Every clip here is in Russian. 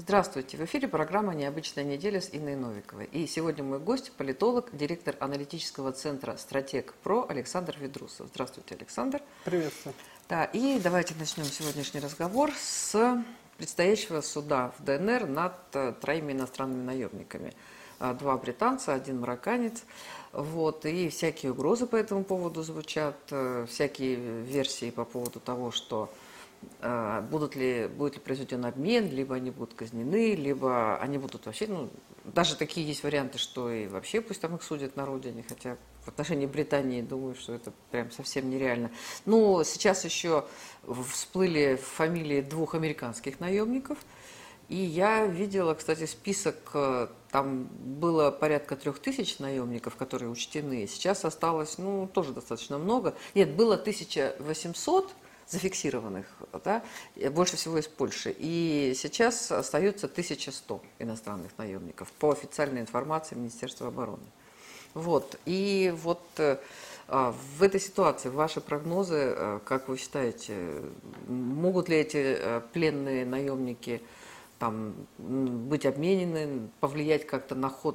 Здравствуйте! В эфире программа «Необычная неделя» с Инной Новиковой. И сегодня мой гость – политолог, директор аналитического центра «Стратег.Про» Александр Ведрусов. Здравствуйте, Александр. Приветствую. Да, и давайте начнем сегодняшний разговор с предстоящего суда в ДНР над троими иностранными наемниками. Два британца, один марокканец. Вот, и всякие угрозы по этому поводу звучат, всякие версии по поводу того, что будет ли произведен обмен, либо они будут казнены, либо они будут вообще, даже такие есть варианты, что и вообще пусть там их судят на родине, хотя в отношении Британии думаю, что это прям совсем нереально. Но сейчас еще всплыли фамилии двух американских наемников, и я видела, кстати, список, там было порядка 3000 наемников, которые учтены, сейчас осталось, тоже достаточно много. Нет, было 1800 зафиксированных, да, больше всего из Польши. И сейчас остается 1100 иностранных наемников по официальной информации Министерства обороны. Вот. И вот в этой ситуации ваши прогнозы, как вы считаете, могут ли эти пленные наемники там быть обменены, повлиять как-то на ход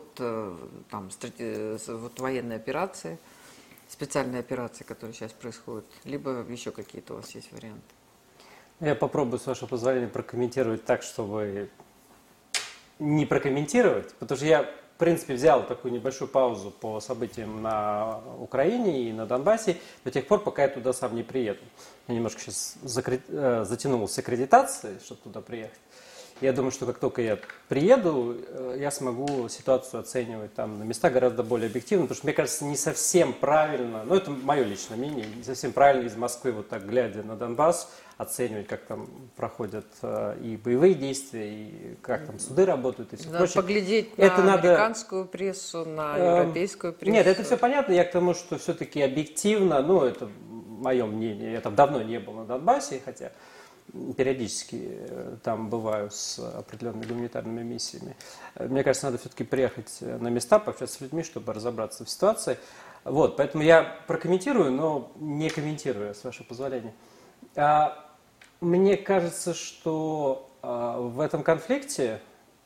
военной операции? Специальные операции, которые сейчас происходят, либо еще какие-то у вас есть варианты? Я попробую, с вашего позволения, прокомментировать так, чтобы не прокомментировать, потому что я, в принципе, взял такую небольшую паузу по событиям на Украине и на Донбассе до тех пор, пока я туда сам не приеду. Я немножко сейчас затянул с аккредитацией, чтобы туда приехать. Я думаю, что как только я приеду, я смогу ситуацию оценивать там на местах гораздо более объективно, потому что, мне кажется, не совсем правильно, это мое личное мнение, не совсем правильно из Москвы, вот так глядя на Донбасс, оценивать, как там проходят и боевые действия, и как там суды работают, и все прочее. Поглядеть на американскую прессу, на европейскую прессу. Нет, это все понятно, я к тому, что все-таки объективно, это мое мнение, я там давно не был на Донбассе, хотя периодически там бываю с определенными гуманитарными миссиями. Мне кажется, надо все-таки приехать на места, пообщаться с людьми, чтобы разобраться в ситуации. Вот, поэтому я прокомментирую, но не комментирую, с вашего позволения. Мне кажется, что в этом конфликте,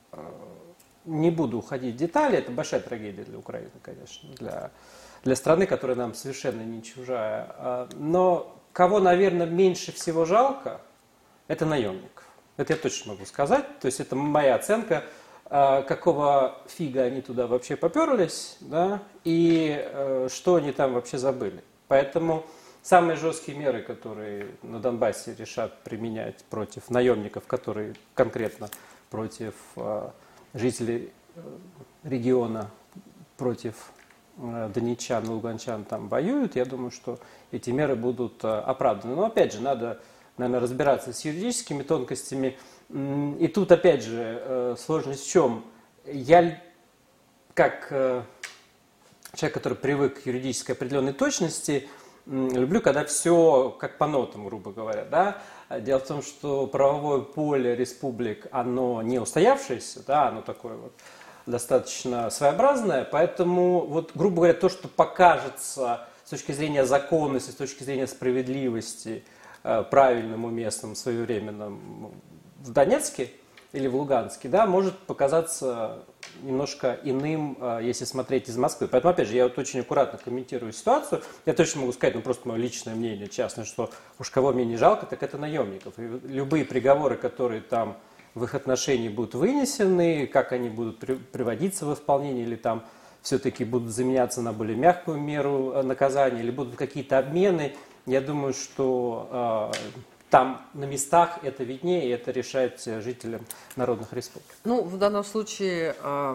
не буду уходить в детали, это большая трагедия для Украины, конечно, для страны, которая нам совершенно не чужая. Но кого, наверное, меньше всего жалко, это наемников. Это я точно могу сказать. То есть это моя оценка, какого фига они туда вообще поперлись, да, и что они там вообще забыли. Поэтому самые жесткие меры, которые на Донбассе решат применять против наемников, которые конкретно против жителей региона, против донечан, луганчан там воюют, я думаю, что эти меры будут оправданы. Но опять же, надо, наверное, разбираться с юридическими тонкостями. И тут, опять же, сложность в чем? Я, как человек, который привык к юридической определенной точности, люблю, когда все как по нотам, грубо говоря. Да? Дело в том, что правовое поле республик, оно не устоявшееся, да, оно такое вот достаточно своеобразное, поэтому, грубо говоря, то, что покажется с точки зрения законности, с точки зрения справедливости, правильным, уместным, своевременным в Донецке или в Луганске, да, может показаться немножко иным, если смотреть из Москвы. Поэтому, опять же, я очень аккуратно комментирую ситуацию. Я точно могу сказать, просто мое личное мнение, частное, что уж кого мне не жалко, так это наемников. И любые приговоры, которые там в их отношении будут вынесены, как они будут приводиться в исполнение, или там все-таки будут заменяться на более мягкую меру наказания, или будут какие-то обмены. Я думаю, что там на местах это виднее, и это решать жителям народных республик. В данном случае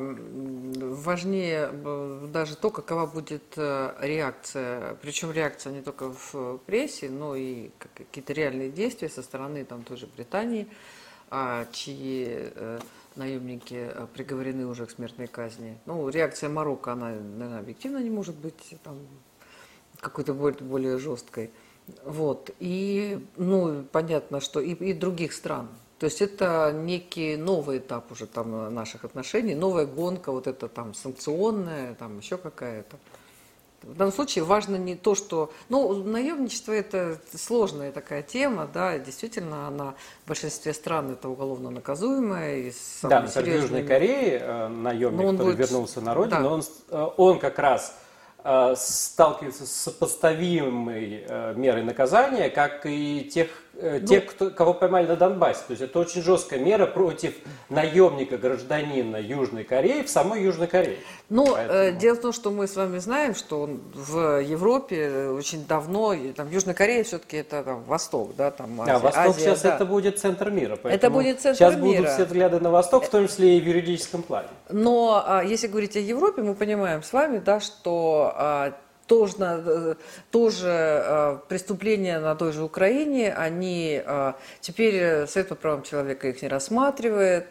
важнее даже то, какова будет реакция. Причем реакция не только в прессе, но и какие-то реальные действия со стороны той же Британии, чьи наемники приговорены уже к смертной казни. Реакция Марокко, она, наверное, объективно не может быть какой-то более жесткой. Вот. И, понятно, что и других стран. То есть это некий новый этап уже наших отношений, новая гонка, это санкционная, еще какая-то. В данном случае важно не то, что... Ну, наемничество – это сложная такая тема, да, действительно, она в большинстве стран это уголовно наказуемая. И да, например, в Южной Корее наемник, который вернулся на родину, да. он как раз сталкивается с сопоставимой мерой наказания, как и тех, кого поймали на Донбассе. То есть это очень жесткая мера против наемника, гражданина Южной Кореи в самой Южной Корее. Ну, дело в том, что мы с вами знаем, что в Европе очень давно, там, Южная Корея все-таки это там, Восток, да, там Азия. Восток Азия, сейчас да. это будет центр мира. Это будет центр сейчас мира. Будут все взгляды на Восток, в том числе и в юридическом плане. Но если говорить о Европе, мы понимаем с вами, да, что тоже преступления на той же Украине, они теперь Совет по правам человека их не рассматривает,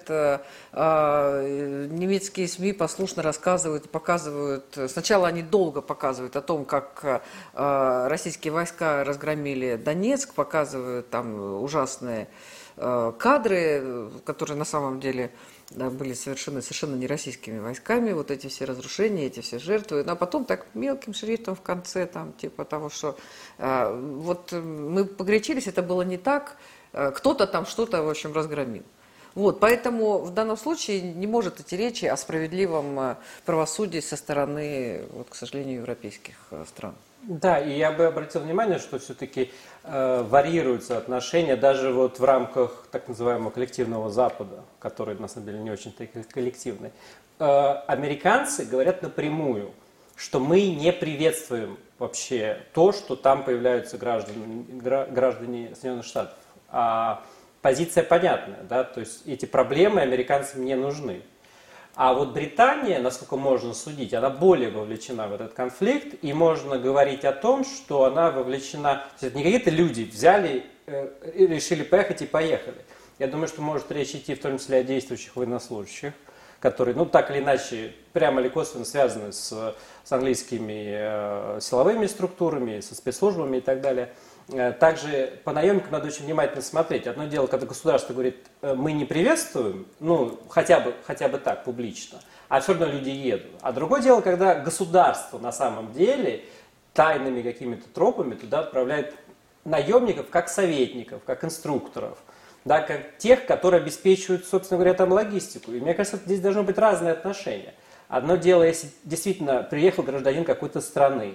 немецкие СМИ послушно рассказывают, показывают, сначала они долго показывают о том, как российские войска разгромили Донецк, показывают там ужасные кадры, которые на самом деле были совершенно не российскими войсками, вот эти все разрушения, эти все жертвы, а потом так мелким шрифтом в конце, там, типа того, что вот мы погорячились, это было не так, кто-то там что-то, в общем, разгромил. Вот, поэтому в данном случае не может идти речи о справедливом правосудии со стороны, вот, к сожалению, европейских стран. Да, и я бы обратил внимание, что все-таки варьируются отношения даже вот в рамках так называемого коллективного Запада, который на самом деле не очень-то коллективный. Американцы говорят напрямую, что мы не приветствуем вообще то, что там появляются граждане Соединенных Штатов. Позиция понятная, да, то есть эти проблемы американцам не нужны. А вот Британия, насколько можно судить, она более вовлечена в этот конфликт, и можно говорить о том, что она вовлечена... То есть это не какие-то люди взяли, решили поехать и поехали. Я думаю, что может речь идти в том числе о действующих военнослужащих, которые, ну, так или иначе, прямо или косвенно связаны с английскими силовыми структурами, со спецслужбами и так далее. Также по наемникам надо очень внимательно смотреть. Одно дело, когда государство говорит, мы не приветствуем, ну, хотя бы так, публично, а все равно люди едут. А другое дело, когда государство на самом деле тайными какими-то тропами туда отправляет наемников как советников, как инструкторов, да, как тех, которые обеспечивают, собственно говоря, там логистику. И мне кажется, здесь должно быть разные отношения. Одно дело, если действительно приехал гражданин какой-то страны,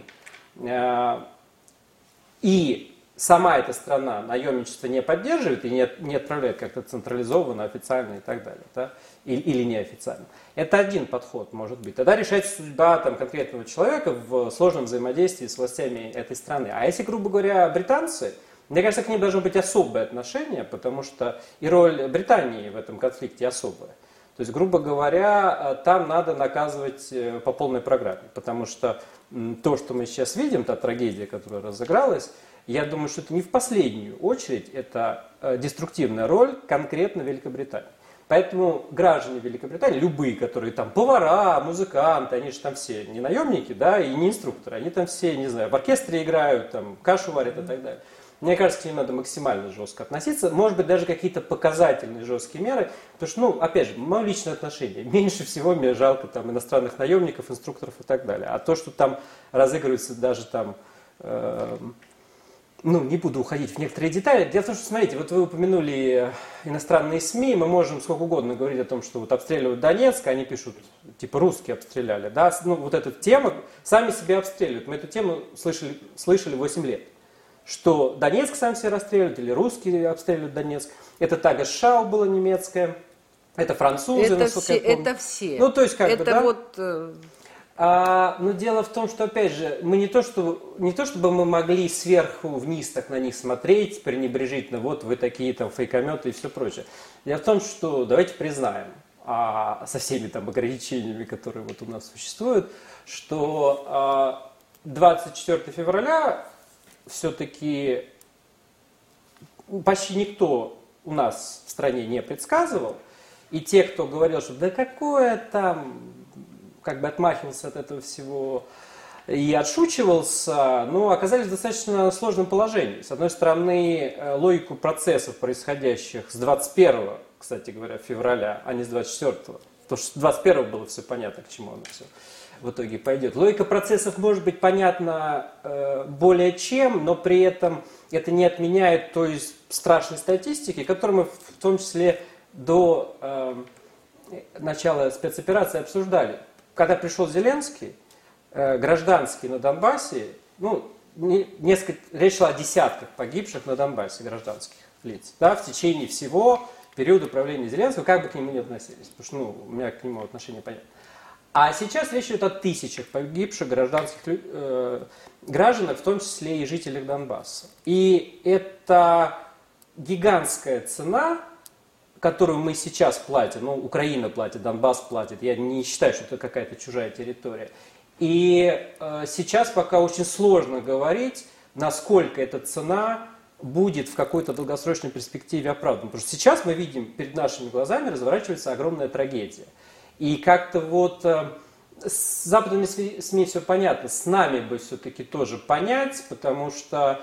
и сама эта страна наемничество не поддерживает и не отправляет как-то централизованно, официально и так далее, да? Или неофициально. Это один подход может быть. Тогда решается судьба там, конкретного человека в сложном взаимодействии с властями этой страны. А если, грубо говоря, британцы, мне кажется, к ним должно быть особое отношение, потому что и роль Британии в этом конфликте особая. То есть, грубо говоря, там надо наказывать по полной программе, потому что то, что мы сейчас видим, та трагедия, которая разыгралась, я думаю, что это не в последнюю очередь, это деструктивная роль конкретно Великобритании. Поэтому граждане Великобритании, любые, которые там повара, музыканты, они же там все не наемники, да, и не инструкторы, они там все, не знаю, в оркестре играют, там кашу варят и так далее. Мне кажется, к ним надо максимально жестко относиться, может быть, даже какие-то показательные жесткие меры, потому что, ну, опять же, мое личное отношение, меньше всего мне жалко там иностранных наемников, инструкторов и так далее. А то, что там разыгрывается даже там, ну, не буду уходить в некоторые детали. Дело в том, что, смотрите, вот вы упомянули иностранные СМИ, мы можем сколько угодно говорить о том, что вот обстреливают Донецк, они пишут, типа, русские обстреляли, да, ну, вот эта тема, сами себя обстреливают. Мы эту тему слышали 8 лет. Что Донецк сам себя расстреливает, или русские обстреливают Донецк. Это тага Шау была немецкая, это французы, это насколько все, я помню. Это все. Ну, то есть, как это бы, да? Вот... Но дело в том, что, опять же, мы не то чтобы мы могли сверху вниз так на них смотреть, пренебрежительно, вот вы такие там фейкометы и все прочее. Дело в том, что давайте признаем, со всеми там ограничениями, которые вот у нас существуют, что 24 февраля все-таки почти никто у нас в стране не предсказывал. И те, кто говорил, что да какое там, как бы отмахивался от этого всего и отшучивался, но оказались в достаточно сложном положении. С одной стороны, логику процессов, происходящих с 21, кстати говоря, февраля, а не с 24, потому что с 21 было все понятно, к чему оно все. в итоге пойдет. Логика процессов может быть понятна более чем, но при этом это не отменяет той страшной статистики, которую мы в том числе до начала спецоперации обсуждали. Когда пришел Зеленский, гражданский на Донбассе, речь шла о десятках погибших на Донбассе гражданских лиц, да, в течение всего периода правления Зеленского, как бы к нему ни относились, потому что у меня к нему отношение понятно. А сейчас речь идет о тысячах погибших гражданских граждан, в том числе и жителях Донбасса. И это гигантская цена, которую мы сейчас платим, Украина платит, Донбасс платит, я не считаю, что это какая-то чужая территория. И сейчас пока очень сложно говорить, насколько эта цена будет в какой-то долгосрочной перспективе оправдана. Потому что сейчас мы видим, перед нашими глазами разворачивается огромная трагедия. И как-то с западными СМИ все понятно, с нами бы все-таки тоже понять, потому что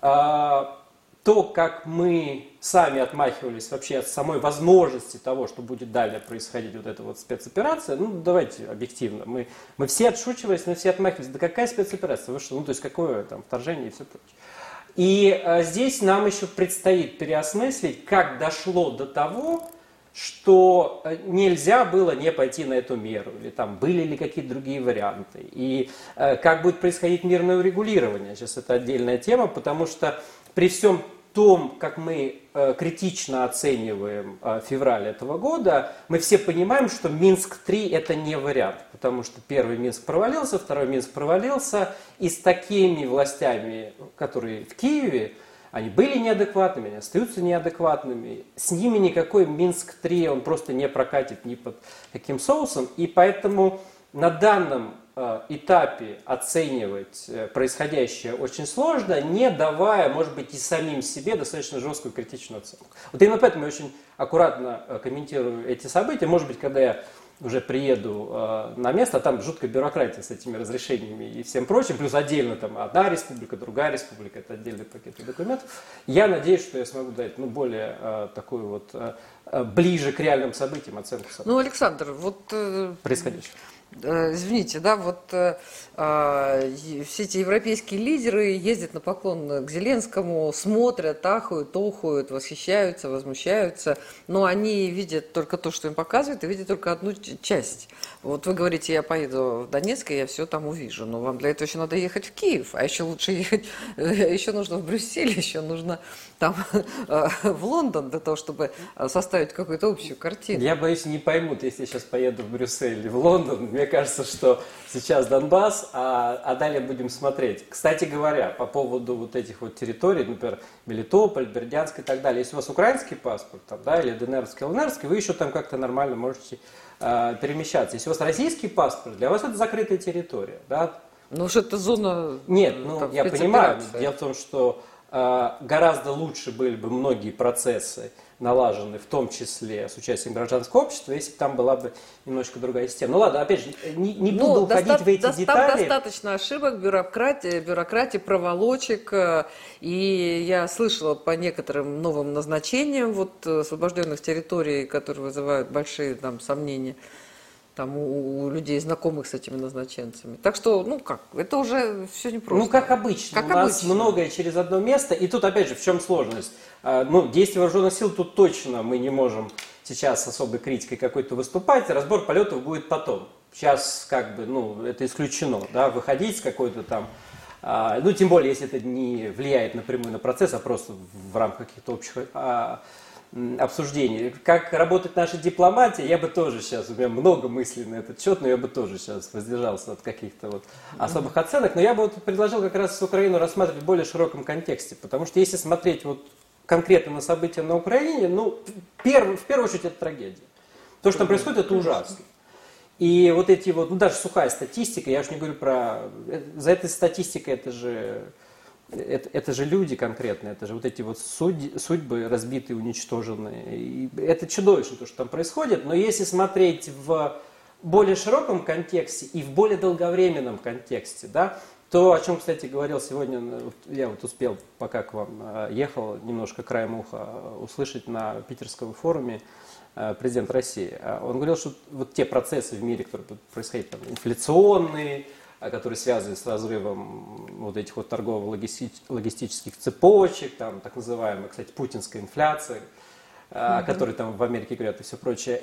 то, как мы сами отмахивались вообще от самой возможности того, что будет далее происходить вот эта вот спецоперация, давайте объективно, мы все отшучивались, мы все отмахивались, да какая спецоперация, вы что, то есть какое там вторжение и все прочее. И здесь нам еще предстоит переосмыслить, как дошло до того, что нельзя было не пойти на эту меру, или там были ли какие-то другие варианты, и как будет происходить мирное урегулирование. Сейчас это отдельная тема, потому что при всем том, как мы критично оцениваем февраль этого года, мы все понимаем, что Минск-3 это не вариант, потому что первый Минск провалился, второй Минск провалился, и с такими властями, которые в Киеве, они были неадекватными, они остаются неадекватными, с ними никакой Минск-3, он просто не прокатит ни под каким соусом, и поэтому на данном этапе оценивать происходящее очень сложно, не давая, может быть, и самим себе достаточно жесткую критичную оценку. Вот именно поэтому я очень аккуратно комментирую эти события. Может быть, когда я уже приеду на место, а там жуткая бюрократия с этими разрешениями и всем прочим, плюс отдельно там одна республика, другая республика, это отдельный пакет документов. Я надеюсь, что я смогу дать более такую вот ближе к реальным событиям оценку событий. Александр, происходящего. Извините, все эти европейские лидеры ездят на поклон к Зеленскому, смотрят, ахают, охают, восхищаются, возмущаются, но они видят только то, что им показывают, и видят только одну часть. Вот вы говорите, я поеду в Донецк, и я все там увижу, но вам для этого еще надо ехать в Киев, а еще лучше ехать, еще нужно в Брюссель, еще нужно там в Лондон для того, чтобы составить какую-то общую картину. Я боюсь, не поймут, если я сейчас поеду в Брюссель или в Лондон. Мне кажется, что сейчас Донбасс, а далее будем смотреть. Кстати говоря, по поводу вот этих вот территорий, например, Мелитополь, Бердянск и так далее. Если у вас украинский паспорт, или ДНРовский, ЛНРовский, вы еще там как-то нормально можете перемещаться. Если у вас российский паспорт, для вас это закрытая территория. Да? Ну что это зона... Нет, я понимаю. Дело в том, что гораздо лучше были бы многие процессы налажены, в том числе с участием гражданского общества, если бы там была бы немножко другая система. Ну ладно, опять же, не буду уходить в эти детали. Достаточно ошибок, бюрократии, проволочек. И я слышала по некоторым новым назначениям освобожденных территорий, которые вызывают большие сомнения у людей, знакомых с этими назначенцами. Так что, это уже все непросто. Как обычно. У нас многое через одно место. И тут, опять же, в чем сложность? Действия вооруженных сил тут точно мы не можем сейчас особой критикой какой-то выступать. Разбор полетов будет потом. Сейчас, это исключено, выходить с какой-то там... тем более, если это не влияет напрямую на процесс, а просто в рамках каких-то общих... обсуждений. Как работает наша дипломатия, я бы тоже сейчас, у меня много мыслей на этот счет, но я бы тоже сейчас воздержался от каких-то особых оценок. Но я бы предложил как раз Украину рассматривать в более широком контексте, потому что если смотреть конкретно на события на Украине, в первую очередь это трагедия. То, что там происходит, это ужасно. И эти даже сухая статистика, я уж не говорю про... За этой статистикой это же люди конкретные, это же эти судьбы разбитые, уничтоженные. И это чудовищно, то, что там происходит. Но если смотреть в более широком контексте и в более долговременном контексте, то, о чем, кстати, говорил сегодня, я успел, пока к вам ехал, немножко краем уха услышать на питерском форуме президент России. Он говорил, что вот те процессы в мире, которые будут происходить, там, инфляционные, которые связаны с разрывом вот этих вот торгово-логистических цепочек, там, так называемая, кстати, путинская инфляция, о которой там в Америке говорят и все прочее,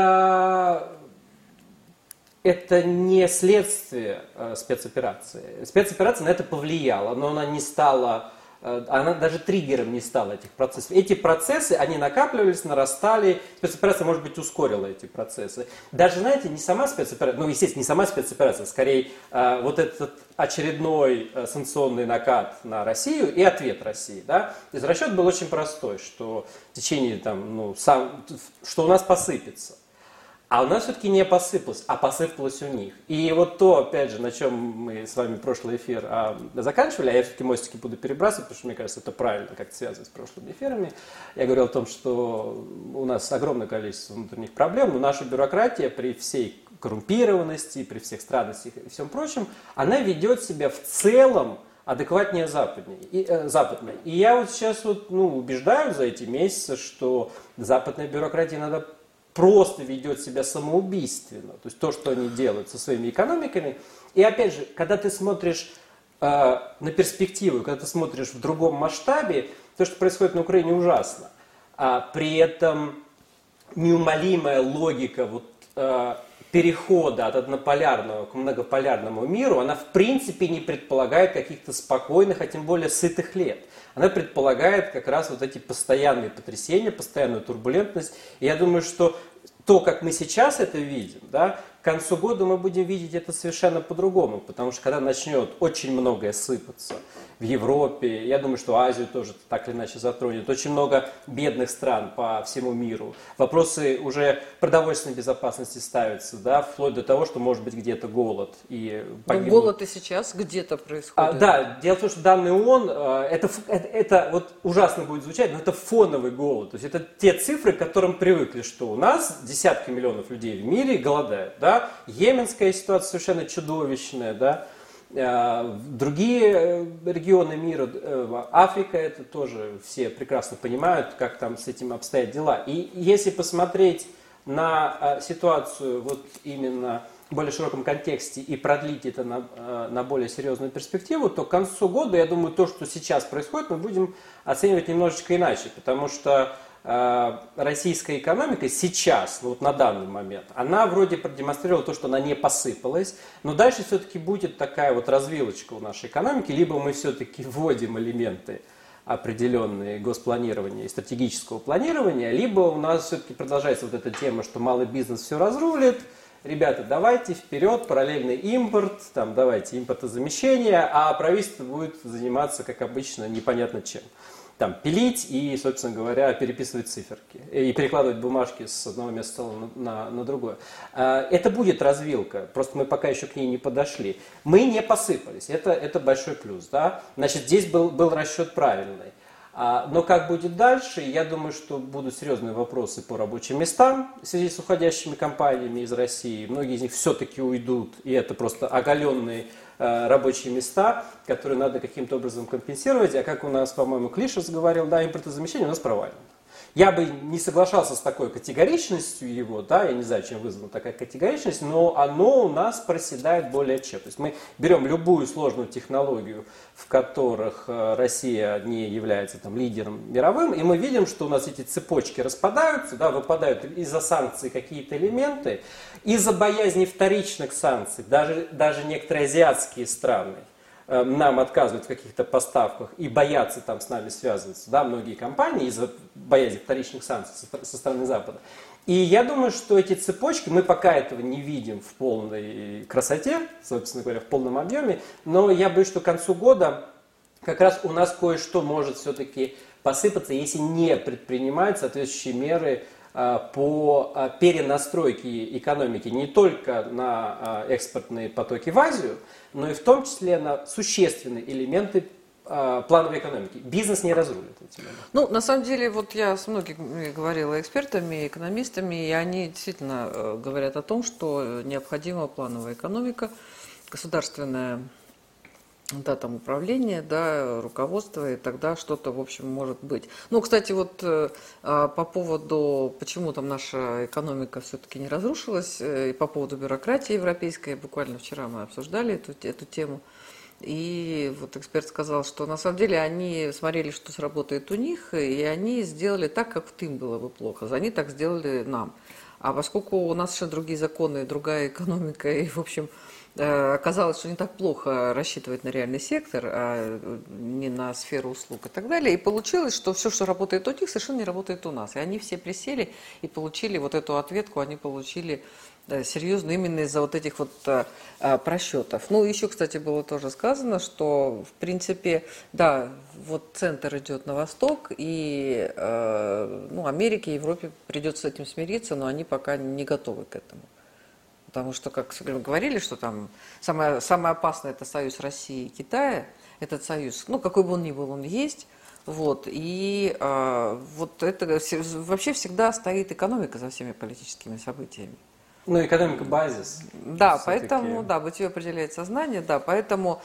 это не следствие спецоперации. Спецоперация на это повлияла, но она не стала, она даже триггером не стала этих процессов. Эти процессы, они накапливались, нарастали. Спецоперация, может быть, ускорила эти процессы. Даже, знаете, не сама спецоперация, ну, естественно, не сама спецоперация, скорее вот этот очередной санкционный накат на Россию и ответ России. Да? То есть расчет был очень простой, что в течение, там, что у нас посыпется. А у нас все-таки не посыпалось, а посыпалось у них. И вот то, опять же, на чем мы с вами прошлый эфир заканчивали, а я все-таки мостики буду перебрасывать, потому что, мне кажется, это правильно как-то связано с прошлыми эфирами. Я говорил о том, что у нас огромное количество внутренних проблем, но наша бюрократия при всей коррумпированности, при всех странностях и всем прочем, она ведет себя в целом адекватнее западной. И я вот сейчас убеждаю за эти месяцы, что западная бюрократия иногда просто ведет себя самоубийственно. То есть то, что они делают со своими экономиками. И опять же, когда ты смотришь на перспективу, когда ты смотришь в другом масштабе, то, что происходит на Украине, ужасно. При этом неумолимая логика перехода от однополярного к многополярному миру, она в принципе не предполагает каких-то спокойных, а тем более сытых лет. Она предполагает как раз вот эти постоянные потрясения, постоянную турбулентность. И я думаю, что то, как мы сейчас это видим, да, к концу года мы будем видеть это совершенно по-другому. Потому что когда начнет очень многое сыпаться в Европе, я думаю, что Азию тоже так или иначе затронет, очень много бедных стран по всему миру. Вопросы уже продовольственной безопасности ставятся, да, вплоть до того, что может быть где-то голод. И голод и сейчас где-то происходит. Да, дело в том, что данные ООН, это вот ужасно будет звучать, но это фоновый голод. То есть это те цифры, к которым привыкли, что у нас десятки миллионов людей в мире голодают. Да? Йеменская ситуация совершенно чудовищная, да? Другие регионы мира, Африка, это тоже все прекрасно понимают, как там с этим обстоят дела. И если посмотреть на ситуацию вот именно в более широком контексте и продлить это на более серьезную перспективу, то к концу года, я думаю, то, что сейчас происходит, мы будем оценивать немножечко иначе, потому что российская экономика сейчас, вот на данный момент, она вроде продемонстрировала то, что она не посыпалась, но дальше все-таки будет такая вот развилочка у нашей экономики, либо мы все-таки вводим элементы определенные госпланирования и стратегического планирования, либо у нас все-таки продолжается вот эта тема, что малый бизнес все разрулит, ребята, давайте вперед, параллельный импорт, там, давайте импортозамещение, а правительство будет заниматься, как обычно, непонятно чем. Там, пилить и, собственно говоря, переписывать циферки и перекладывать бумажки с одного места на другое. Это будет развилка, просто мы пока еще к ней не подошли. Мы не посыпались, это большой плюс. Да? Значит, здесь был расчет правильный. Но как будет дальше, я думаю, что будут серьезные вопросы по рабочим местам в связи с уходящими компаниями из России. Многие из них все-таки уйдут, и это просто оголенные рабочие места, которые надо каким-то образом компенсировать. А как у нас, по-моему, Клишес говорил, да, импортозамещение у нас провалено. Я бы не соглашался с такой категоричностью его, да, я не знаю, чем вызвана такая категоричность, но оно у нас проседает более чем. То есть мы берем любую сложную технологию, в которых Россия не является там лидером мировым, и мы видим, что у нас эти цепочки распадаются, да, выпадают из-за санкций какие-то элементы, из-за боязни вторичных санкций, даже некоторые азиатские страны нам отказывают в каких-то поставках и боятся там с нами связываться, да, многие компании из-за боязни вторичных санкций со стороны Запада. И я думаю, что эти цепочки, мы пока этого не видим в полной красоте, собственно говоря, в полном объеме, но я боюсь, что к концу года как раз у нас кое-что может все-таки посыпаться, если не предпринимать соответствующие меры по перенастройке экономики не только на экспортные потоки в Азию, но и в том числе на существенные элементы плановой экономики. Бизнес не разрулит эти моменты. Ну, на самом деле, вот я с многими говорила экспертами, экономистами, и они действительно говорят о том, что необходима плановая экономика, государственная да, там управление, да, руководство, и тогда что-то, в общем, может быть. Ну, кстати, вот по поводу, почему там наша экономика все-таки не разрушилась, и по поводу бюрократии европейской, буквально вчера мы обсуждали эту тему, и вот эксперт сказал, что на самом деле они смотрели, что сработает у них, и они сделали так, как вот им было бы плохо. Они так сделали нам. А поскольку у нас совершенно другие законы, другая экономика, и, в общем, оказалось, что не так плохо рассчитывать на реальный сектор, а не на сферу услуг и так далее. И получилось, что все, что работает у них, совершенно не работает у нас. И они все присели и получили вот эту ответку, они получили серьезно именно из-за вот этих вот просчетов. Ну, еще, кстати, было тоже сказано, что, в принципе, да, вот центр идет на восток, и ну, Америке и Европе придется с этим смириться, но они пока не готовы к этому. Потому что, как все время говорили, что там самое опасное – это союз России и Китая. Этот союз, ну, какой бы он ни был, он есть. Вот, и вот это вообще всегда стоит экономика за всеми политическими событиями. Ну, экономика базис. Да, поэтому, да, бытие определяет сознание, да, поэтому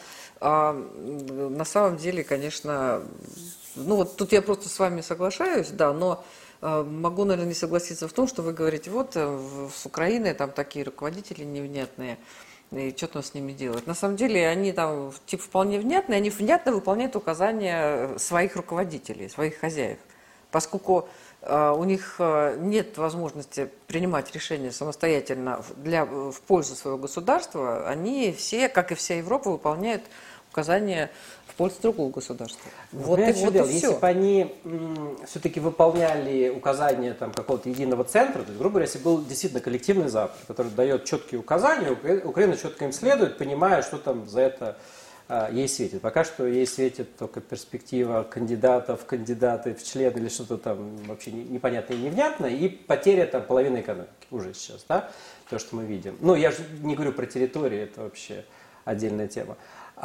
на самом деле, конечно, ну вот тут я просто с вами соглашаюсь, да, но могу, наверное, не согласиться в том, что вы говорите, вот с Украиной там такие руководители невнятные, и что там с ними делать. На самом деле они там типа вполне внятные, они внятно выполняют указания своих руководителей, своих хозяев, поскольку у них нет возможности принимать решения самостоятельно в пользу своего государства, они все, как и вся Европа, выполняют указания в пользу другого государства. Вот и все. Если бы они все-таки выполняли указания там, какого-то единого центра, то есть, грубо говоря, если был действительно коллективный Запад, который дает четкие указания, Украина четко им следует, понимая, что там за это ей светит. Пока что ей светит только перспектива кандидаты в члены или что-то там вообще непонятное и невнятное, и потеря там половины экономики уже сейчас, да, то, что мы видим. Ну, я же не говорю про территории, это вообще отдельная тема.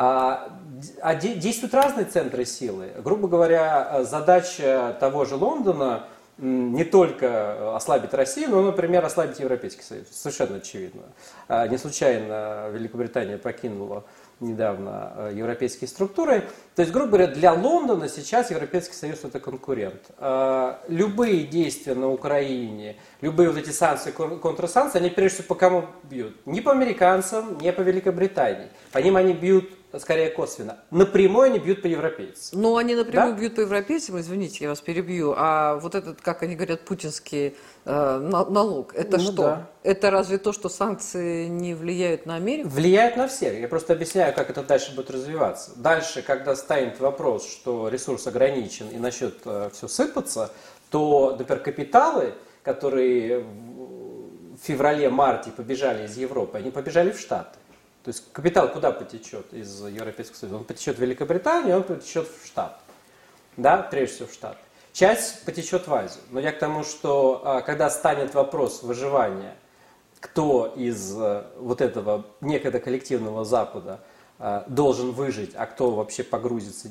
Действуют разные центры силы. Грубо говоря, задача того же Лондона не только ослабить Россию, но, например, ослабить Европейский Союз. Совершенно очевидно. Не случайно Великобритания покинула недавно европейские структуры. То есть, грубо говоря, для Лондона сейчас Европейский Союз – это конкурент. Любые действия на Украине, любые вот эти санкции, контрсанкции, они прежде всего по кому бьют? Не по американцам, не по Великобритании. По ним они бьют скорее косвенно. Напрямую они бьют по европейцам. Ну, они напрямую бьют по европейцам, извините, я вас перебью. А вот этот, как они говорят, путинский налог, это что? Да. Это разве то, что санкции не влияют на Америку? Влияют на всех. Я просто объясняю, как это дальше будет развиваться. Дальше, когда станет вопрос, что ресурс ограничен и начнет все сыпаться, то, например, капиталы, которые в феврале-марте побежали из Европы, они побежали в Штаты. То есть капитал куда потечет из Европейского Союза? Он потечет в Великобританию, он потечет в Штаты. Да, прежде всего в Штаты. Часть потечет в Азию. Но я к тому, что когда станет вопрос выживания, кто из вот этого некогда коллективного Запада должен выжить, а кто вообще погрузится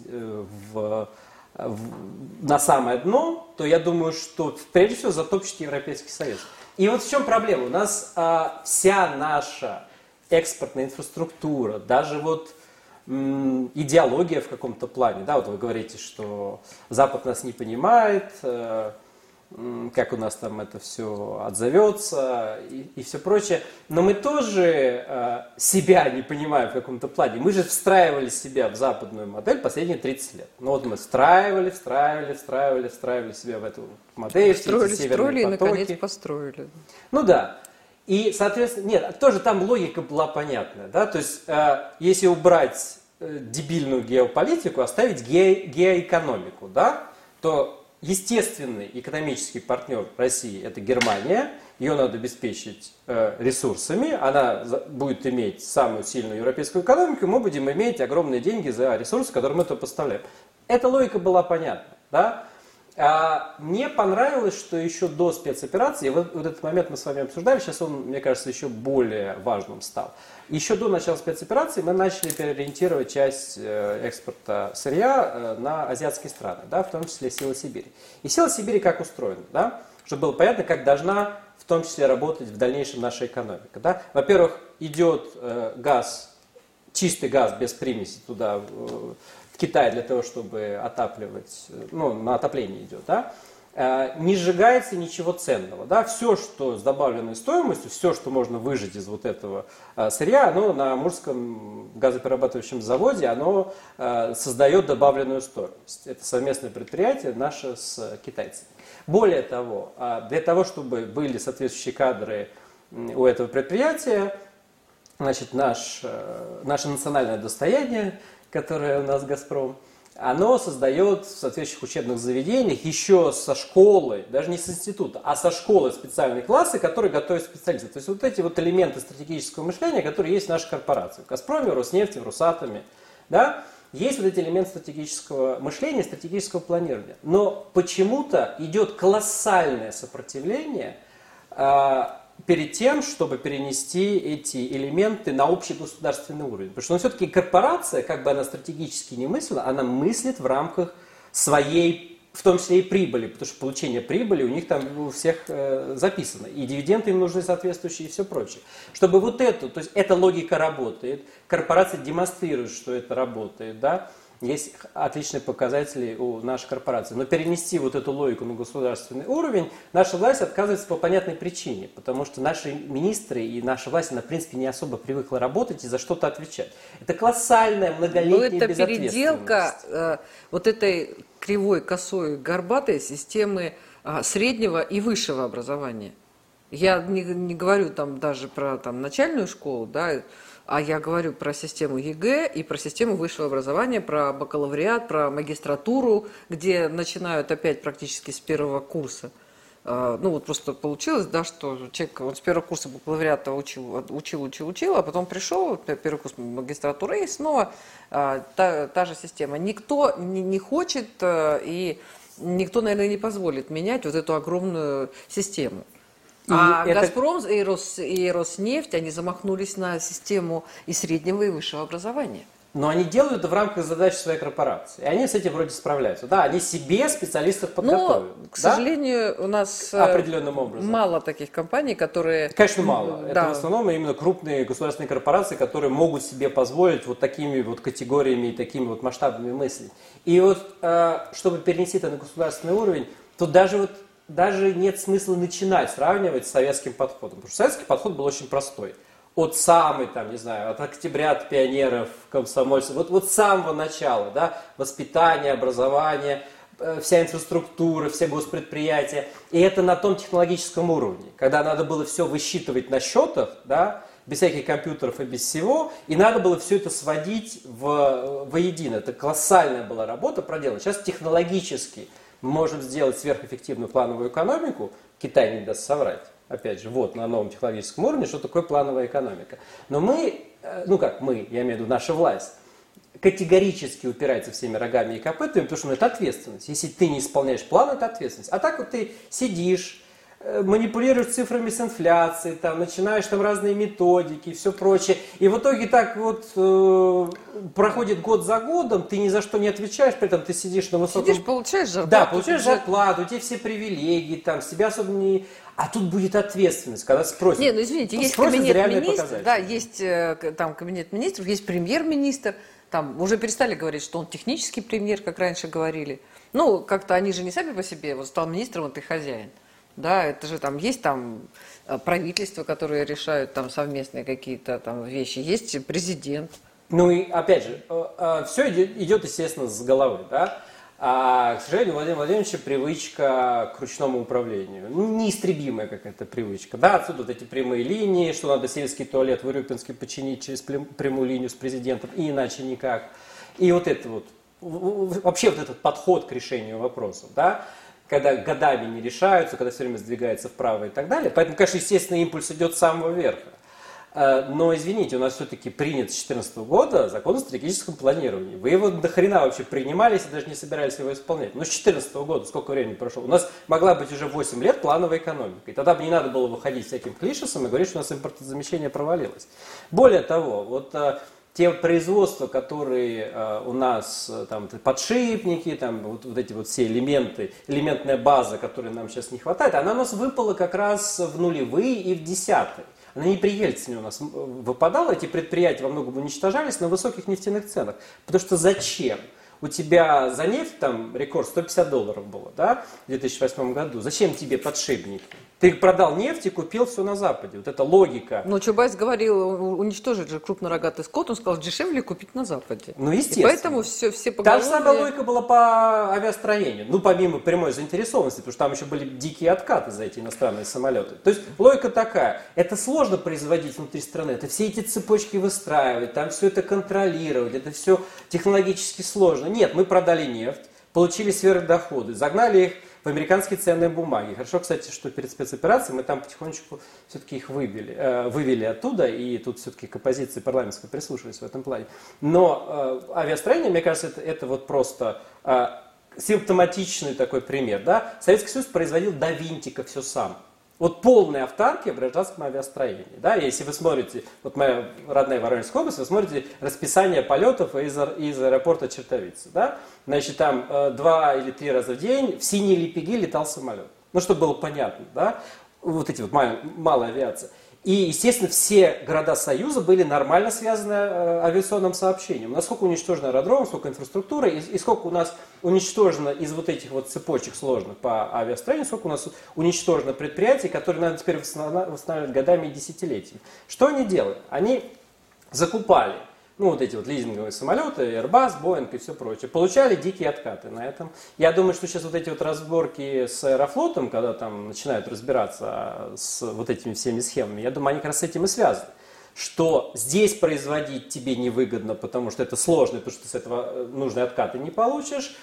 на самое дно, то я думаю, что прежде всего затопчет Европейский Союз. И вот в чем проблема? У нас вся наша экспортная инфраструктура, даже вот идеология в каком-то плане, да, вот вы говорите, что Запад нас не понимает, как у нас там это все отзовется и все прочее, но мы тоже себя не понимаем в каком-то плане. Мы же встраивали себя в западную модель последние 30 лет. Ну вот мы встраивали себя в эту модель, строили и наконец построили. Ну да. И, соответственно, нет, тоже там логика была понятная, да, то есть, если убрать дебильную геополитику, оставить геоэкономику, да, то естественный экономический партнер России – это Германия, ее надо обеспечить ресурсами, она будет иметь самую сильную европейскую экономику, мы будем иметь огромные деньги за ресурсы, которые мы туда поставляем. Эта логика была понятна, да. Мне понравилось, что еще до спецоперации, вот этот момент мы с вами обсуждали, сейчас он, мне кажется, еще более важным стал. Еще до начала спецоперации мы начали переориентировать часть экспорта сырья на азиатские страны, да, в том числе Сила Сибири. И Сила Сибири как устроена, да, чтобы было понятно, как должна в том числе работать в дальнейшем наша экономика. Да. Во-первых, идет газ чистый газ без примеси туда, в Китай, для того, чтобы отапливать, ну, на отопление идет, да, не сжигается ничего ценного. Да? Все, что с добавленной стоимостью, все, что можно выжать из вот этого сырья, оно на Амурском газоперерабатывающем заводе, оно создает добавленную стоимость. Это совместное предприятие наше с китайцами. Более того, для того, чтобы были соответствующие кадры у этого предприятия, значит, наше национальное достояние, которое у нас «Газпром», оно создает в соответствующих учебных заведениях еще со школы, даже не с института, а со школы специальные классы, которые готовят специалистов. То есть вот эти вот элементы стратегического мышления, которые есть в нашей корпорации, в «Газпроме», в «Роснефти», в «Росатоме», да, есть вот эти элементы стратегического мышления, стратегического планирования. Но почему-то идет колоссальное сопротивление перед тем, чтобы перенести эти элементы на общий государственный уровень. Потому что все-таки корпорация, как бы она стратегически не мыслила, она мыслит в рамках своей, в том числе и прибыли, потому что получение прибыли у них там у всех записано. И дивиденды им нужны соответствующие и все прочее. Чтобы вот эту, то есть эта логика работает, корпорация демонстрирует, что это работает, да, есть отличные показатели у нашей корпорации. Но перенести вот эту логику на государственный уровень наша власть отказывается по понятной причине. Потому что наши министры и наша власть, она в принципе не особо привыкла работать и за что-то отвечать. Это колоссальная многолетняя безответственность. Это переделка вот этой кривой, косой, горбатой системы среднего и высшего образования. Я не говорю там даже про там, начальную школу, да, а я говорю про систему ЕГЭ и про систему высшего образования, про бакалавриат, про магистратуру, где начинают опять практически с первого курса. Ну вот просто получилось, да, что человек он с первого курса бакалавриата учил, а потом пришел, первый курс магистратуры, и снова та же система. Никто не хочет и никто, наверное, не позволит менять вот эту огромную систему. «Газпром» и «Роснефть», они замахнулись на систему и среднего, и высшего образования. Но они делают это в рамках задач своей корпорации. И они с этим вроде справляются. Да, они себе специалистов подготовят. Но, к сожалению, у нас определенным образом мало таких компаний, которые... Конечно, мало. Да. Это в основном именно крупные государственные корпорации, которые могут себе позволить вот такими вот категориями и такими вот масштабами мыслить. И вот, чтобы перенести это на государственный уровень, тут даже нет смысла начинать сравнивать с советским подходом. Потому что советский подход был очень простой. От самой, там, не знаю, от октября, от пионеров, комсомольцев, вот с самого начала, да, воспитание, образование, вся инфраструктура, все госпредприятия. И это на том технологическом уровне, когда надо было все высчитывать на счетах, да, без всяких компьютеров и без всего, и надо было все это сводить воедино. Это колоссальная была работа проделана. Сейчас технологически мы можем сделать сверхэффективную плановую экономику, Китай не даст соврать, опять же, вот на новом технологическом уровне, что такое плановая экономика. Но мы, я имею в виду наша власть, категорически упирается всеми рогами и копытами, потому что это ответственность. Если ты не исполняешь план, это ответственность. А так вот ты сидишь, манипулируешь цифрами с инфляцией, там, начинаешь там разные методики и все прочее. И в итоге так вот проходит год за годом, ты ни за что не отвечаешь, при этом ты сидишь на высоком... Сидишь, получаешь зарплату. Да, получаешь зарплату, у тебя все привилегии, там, себя особо не... А тут будет ответственность, когда спросят. Не, ну извините, есть кабинет министров, да, есть там кабинет министров, есть премьер-министр, там уже перестали говорить, что он технический премьер, как раньше говорили. Ну, как-то они же не сами по себе, вот стал министром, вот ты хозяин. Да, это же там есть там правительства, которые решают там совместные какие-то там вещи, есть президент. Ну и опять же, все идет, естественно, с головы, да. А, к сожалению, у Владимира Владимировича привычка к ручному управлению. Неистребимая какая-то привычка. Да, отсюда вот эти прямые линии, что надо сельский туалет в Урюпинске починить через прямую линию с президентом, и иначе никак. И вот это вот, вообще вот этот подход к решению вопросов, да, когда годами не решаются, когда все время сдвигается вправо и так далее. Поэтому, конечно, естественный импульс идет с самого верха. Но, извините, у нас все-таки принят с 2014 года закон о стратегическом планировании. Вы его до хрена вообще принимали, если даже не собирались его исполнять. Но с 2014 года сколько времени прошло? У нас могла быть уже 8 лет плановая экономика. И тогда бы не надо было выходить всяким клишесом и говорить, что у нас импортозамещение провалилось. Более того, вот те производства, которые у нас, там, подшипники, там, вот эти вот все элементы, элементная база, которой нам сейчас не хватает, она у нас выпала как раз в нулевые и в десятые. она не при Ельцине у нас выпадала, эти предприятия во многом уничтожались на высоких нефтяных ценах. Потому что зачем? У тебя за нефть там рекорд $150 было, да, в 2008 году. Зачем тебе подшипники? Ты продал нефть и купил все на Западе. Вот это логика. Но Чубайс говорил, уничтожить же крупнорогатый скот, он сказал, дешевле купить на Западе. Ну, естественно. И поэтому все поголовье... Та же самая логика была по авиастроению. Ну, помимо прямой заинтересованности, потому что там еще были дикие откаты за эти иностранные самолеты. То есть логика такая. Это сложно производить внутри страны. Это все эти цепочки выстраивать, там все это контролировать. Это все технологически сложно. Нет, мы продали нефть, получили сверхдоходы, загнали их в американские ценные бумаги. Хорошо, кстати, что перед спецоперацией мы там потихонечку все-таки их вывели оттуда, и тут все-таки к оппозиции парламентской прислушались в этом плане. Но авиастроение, мне кажется, это вот просто симптоматичный такой пример. Да? Советский Союз производил до винтика все сам. Вот полная автаркия в гражданском авиастроении. Да? Если вы смотрите, вот моя родная Воронежская область, вы смотрите расписание полетов из аэропорта Чертовицы. Да? Значит, там 2 или 3 раза в день в синие лепеги летал самолет. Ну, чтобы было понятно. Да? Вот эти вот малая авиация. И, естественно, все города Союза были нормально связаны авиационным сообщением. У нас сколько уничтожено аэродромов, сколько инфраструктуры, и сколько у нас уничтожено из вот этих вот цепочек сложных по авиастроению, сколько у нас уничтожено предприятий, которые надо теперь восстанавливать годами и десятилетиями. Что они делали? Они закупали, ну, вот эти вот лизинговые самолеты, Airbus, Boeing и все прочее, получали дикие откаты на этом. Я думаю, что сейчас вот эти вот разборки с Аэрофлотом, когда там начинают разбираться с вот этими всеми схемами, я думаю, они как раз с этим и связаны. Что здесь производить тебе невыгодно, потому что это сложно, потому что ты с этого нужные откаты не получишь,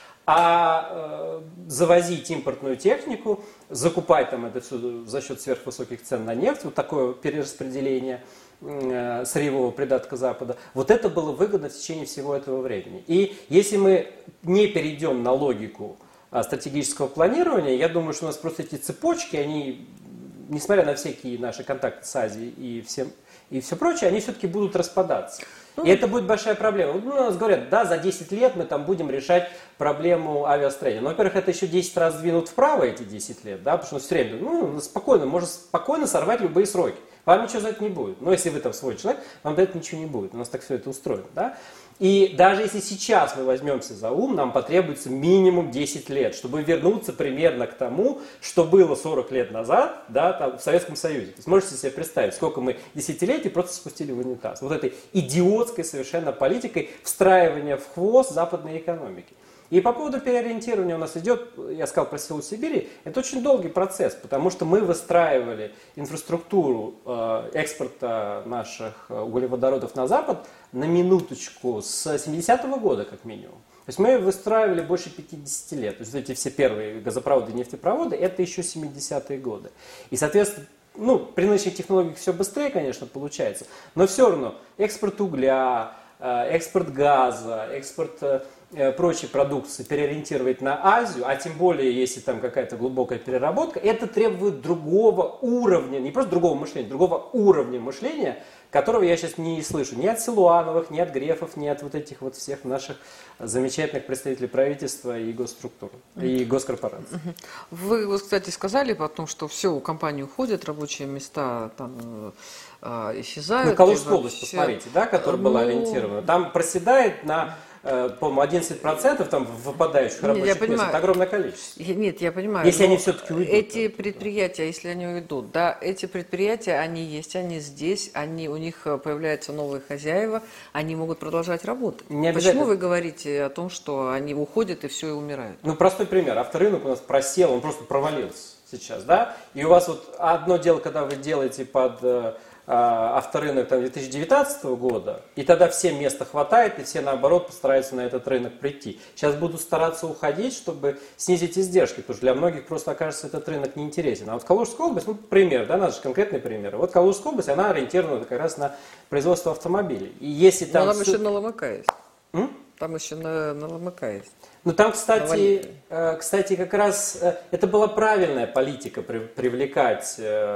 а завозить импортную технику, закупать там это все за счет сверхвысоких цен на нефть, вот такое перераспределение сырьевого придатка Запада, вот это было выгодно в течение всего этого времени. И если мы не перейдем на логику стратегического планирования, я думаю, что у нас просто эти цепочки, они, несмотря на всякие наши контакты с Азией и все прочее, они все-таки будут распадаться. И это будет большая проблема. Ну, у нас говорят, да, за 10 лет мы там будем решать проблему авиастроения. Но, во-первых, это еще 10 раз двинут вправо эти 10 лет, да, потому что все время, можно спокойно сорвать любые сроки. Вам ничего за это не будет. Но если вы там свой человек, вам за это ничего не будет. У нас так все это устроено. Да? И даже если сейчас мы возьмемся за ум, нам потребуется минимум 10 лет, чтобы вернуться примерно к тому, что было 40 лет назад, да, там, в Советском Союзе. То есть можете себе представить, сколько мы десятилетий просто спустили в унитаз. Вот этой идиотской совершенно политикой встраивания в хвост западной экономики. И по поводу переориентирования у нас идет, я сказал про силу Сибири, это очень долгий процесс, потому что мы выстраивали инфраструктуру экспорта наших углеводородов на Запад на минуточку с 70-го года как минимум. То есть мы выстраивали больше 50 лет. То есть эти все первые газопроводы и нефтепроводы, это еще 70-е годы. И, соответственно, при нынешних технологиях все быстрее, конечно, получается, но все равно экспорт угля, экспорт газа, экспорт прочей продукции переориентировать на Азию, а тем более, если там какая-то глубокая переработка, это требует другого уровня, не просто другого мышления, другого уровня мышления, которого я сейчас не слышу ни от Силуановых, ни от Грефов, ни от вот этих вот всех наших замечательных представителей правительства и госструктур, и госкорпораций. Вы, вот, кстати, сказали потом, что все, у компании уходят, рабочие места там исчезают. Калужскую область, посмотрите, да, которая была ориентирована. Там проседает на, по-моему, 11% там выпадающих рабочих мест. Это огромное количество. Нет, я понимаю. Если они все-таки уйдут. Эти предприятия, если они уйдут, да, эти предприятия, они есть, они здесь, у них появляются новые хозяева, они могут продолжать работать. Почему вы говорите о том, что они уходят и все, и умирают? Простой пример. Авторынок у нас просел, он просто провалился сейчас, да? И у вас вот одно дело, когда вы делаете под авторынок 2019 года, и тогда всем места хватает, и все, наоборот, постараются на этот рынок прийти. Сейчас будут стараться уходить, чтобы снизить издержки, потому что для многих просто окажется этот рынок неинтересен. А вот Калужская область, пример, да, наш конкретный пример. Вот Калужская область, она ориентирована как раз на производство автомобилей. И если там... Но там еще на ЛМК есть. Там еще на ЛМК есть. Там, кстати, как раз это была правильная политика привлекать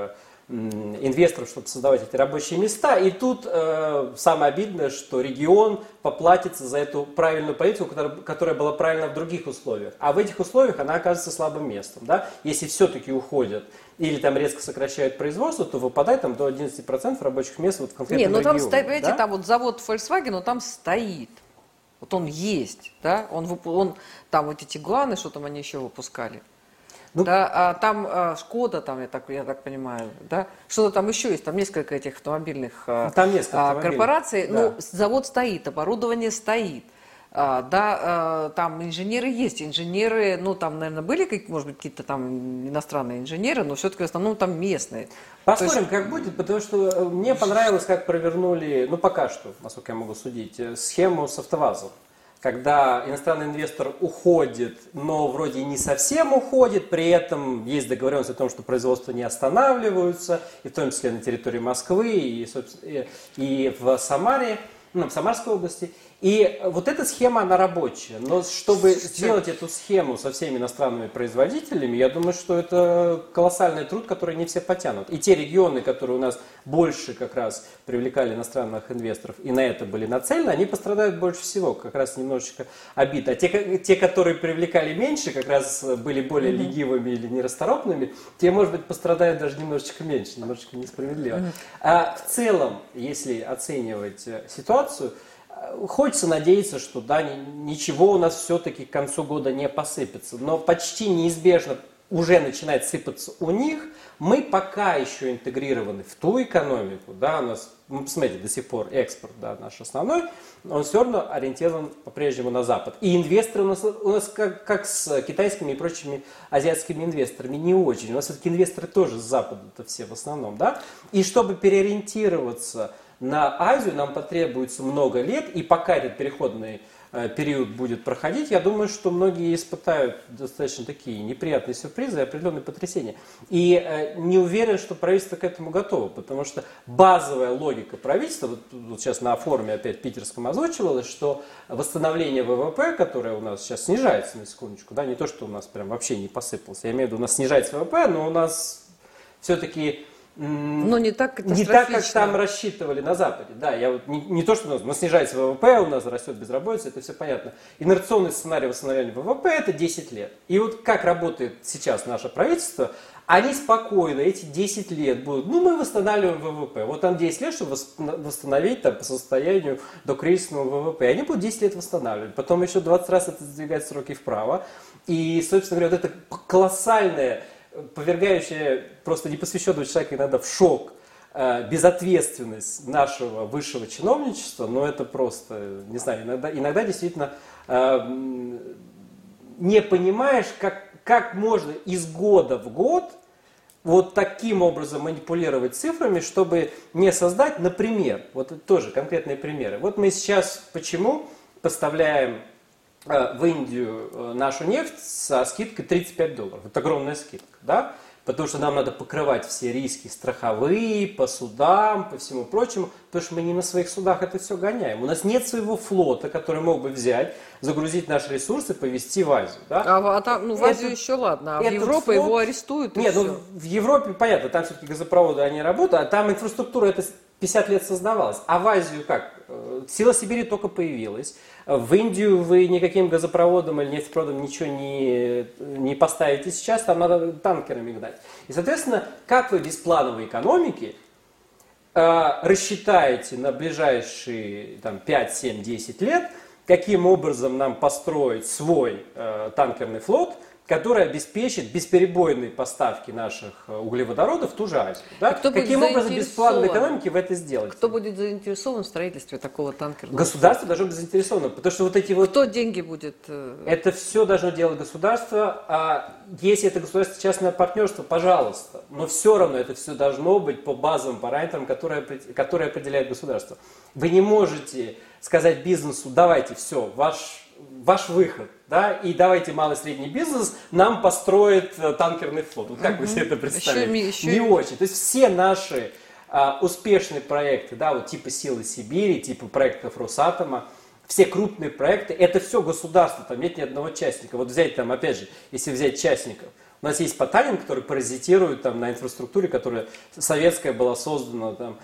инвесторов, чтобы создавать эти рабочие места. И тут самое обидное, что регион поплатится за эту правильную политику, которая была правильна в других условиях. А в этих условиях она оказывается слабым местом. Да? Если все-таки уходят или там резко сокращают производство, то выпадает там до 11% рабочих мест вот в конкретном регионе. Не, ну там, понимаете, да? Там вот завод Volkswagen, он там стоит. Вот он есть, да, он там вот эти Тигуаны, что там они еще выпускали. Ну, да, а там Шкода, там, я так понимаю, да, что-то там еще есть, там несколько этих автомобильных корпораций. Да. Ну, завод стоит, оборудование стоит. Там инженеры есть, инженеры, ну, там, наверное, были, может быть, какие-то там иностранные инженеры, но все-таки в основном там местные. Посмотрим, как будет, потому что мне понравилось, как провернули, ну, пока что, насколько я могу судить, схему с АвтоВАЗом. Когда иностранный инвестор уходит, но вроде не совсем уходит, при этом есть договоренность о том, что производства не останавливаются, и в том числе на территории Москвы, и в Самаре, в Самарской области. И вот эта схема, она рабочая. Но чтобы сделать эту схему со всеми иностранными производителями, я думаю, что это колоссальный труд, который не все потянут. И те регионы, которые у нас больше как раз привлекали иностранных инвесторов и на это были нацелены, они пострадают больше всего. Как раз немножечко обидно. А те, которые привлекали меньше, как раз были более легивыми или нерасторопными, те, может быть, пострадают даже немножечко меньше, немножечко несправедливо. А в целом, если оценивать ситуацию, хочется надеяться, что да, ничего у нас все-таки к концу года не посыпется, но почти неизбежно уже начинает сыпаться у них. Мы пока еще интегрированы в ту экономику, да, у нас, посмотрите, до сих пор экспорт, да, наш основной, он все равно ориентирован по-прежнему на Запад. И инвесторы у нас как с китайскими и прочими азиатскими инвесторами не очень. У нас все-таки инвесторы тоже с Запада-то все в основном, да. И чтобы переориентироваться на Азию, нам потребуется много лет, и пока этот переходный период будет проходить, я думаю, что многие испытают достаточно такие неприятные сюрпризы и определенные потрясения. И не уверен, что правительство к этому готово, потому что базовая логика правительства, вот сейчас на форуме опять питерском озвучивалось, что восстановление ВВП, которое у нас сейчас снижается, на секундочку, да, не то, что у нас прям вообще не посыпалось, я имею в виду, у нас снижается ВВП, но у нас все-таки но не так как там рассчитывали на Западе. Да, я вот не то, что у нас снижается ВВП, у нас растет безработица, это все понятно. Инерционный сценарий восстановления ВВП – это 10 лет. И вот как работает сейчас наше правительство, они спокойно эти 10 лет будут, мы восстанавливаем ВВП. Вот там 10 лет, чтобы восстановить там, по состоянию до кризисного ВВП. Они будут 10 лет восстанавливать. Потом еще 20 раз это сдвигать сроки вправо. И, собственно говоря, вот это колоссальное, повергающая просто непосвященного человека иногда в шок безответственность нашего высшего чиновничества, но это просто, не знаю, иногда действительно не понимаешь, как можно из года в год вот таким образом манипулировать цифрами, чтобы не создать, например, вот это тоже конкретные примеры. Вот мы сейчас почему поставляем в Индию нашу нефть со скидкой $35. Это огромная скидка, да? Потому что нам надо покрывать все риски страховые, по судам, по всему прочему, потому что мы не на своих судах это все гоняем. У нас нет своего флота, который мог бы взять, загрузить наши ресурсы, повезти в Азию. Да? А там, в Азию еще ладно, а в Европе его арестуют. Нет, в Европе, понятно, там все-таки газопроводы, они работают, а там инфраструктура это 50 лет создавалась. А в Азию как? Сила Сибири только появилась. В Индию вы никаким газопроводом или нефтепроводом ничего не поставите сейчас, там надо танкерами гнать. И, соответственно, как вы без плановой экономики рассчитаете на ближайшие там, 5, 7, 10 лет, каким образом нам построить свой танкерный флот, который обеспечит бесперебойные поставки наших углеводородов в ту же Азию. Да? Каким образом без плановой экономики вы это сделаете? Кто будет заинтересован в строительстве такого танкерного? Государство должно быть заинтересовано, потому что вот эти вот... Кто деньги будет? Это все должно делать государство, а если это государство-частное партнерство, пожалуйста, но все равно это все должно быть по базовым параметрам, которые определяет государство. Вы не можете сказать бизнесу, давайте, все, ваш выход, да, и давайте малый и средний бизнес нам построит танкерный флот. Вот как вы себе это представляете? Не очень. То есть все наши успешные проекты, да, вот типа «Силы Сибири», типа проектов Росатома, все крупные проекты, это все государство, там нет ни одного частника. Вот взять там, опять же, если взять частников, У нас есть Потанин, который паразитирует там, на инфраструктуре, которая советская была создана там,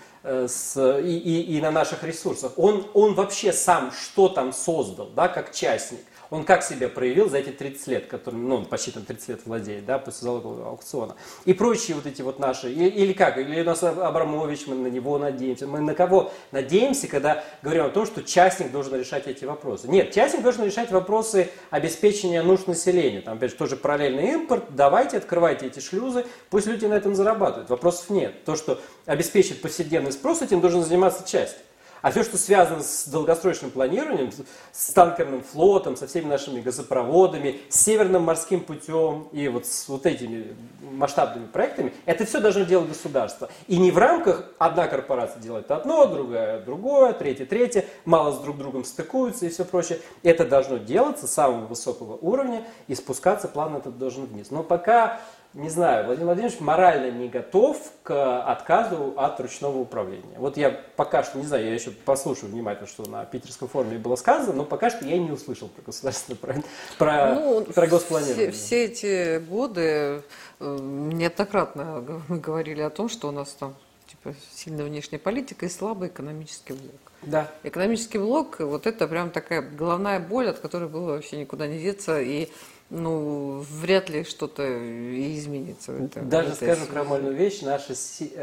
и на наших ресурсах. Он вообще сам что там создал, да, как частник? Он как себя проявил за эти 30 лет, которым, ну, он почти там 30 лет владеет, да, после залогового аукциона. И прочие вот эти вот наши, или как, или у нас Абрамович, мы на него надеемся. Мы на кого надеемся, когда говорим о том, что частник должен решать эти вопросы? Нет, частник должен решать вопросы обеспечения нужд населения. Там, опять же, тоже параллельный импорт, давайте, открывайте эти шлюзы, пусть люди на этом зарабатывают. Вопросов нет. То, что обеспечит повседневный спрос, этим должен заниматься частник. А все, что связано с долгосрочным планированием, с танкерным флотом, со всеми нашими газопроводами, с Северным морским путем и вот с вот этими масштабными проектами, это все должно делать государство. И не в рамках одна корпорация делает одно, другая другое, третье, мало с друг другом стыкуются и все прочее. Это должно делаться с самого высокого уровня и спускаться плавно этот должен вниз. Но пока... Не знаю, Владимир Владимирович морально не готов к отказу от ручного управления. Вот я пока что, не знаю, я еще послушаю внимательно, что на питерском форуме было сказано, но пока что я не услышал про государственный проект, про госпланирование. Все эти годы неоднократно мы говорили о том, что у нас там типа сильная внешняя политика и слабый экономический блок. Да. Экономический блок, вот это прям такая головная боль, от которой было вообще никуда не деться, и ну, вряд ли что-то изменится. Даже скажу крамольную вещь, наша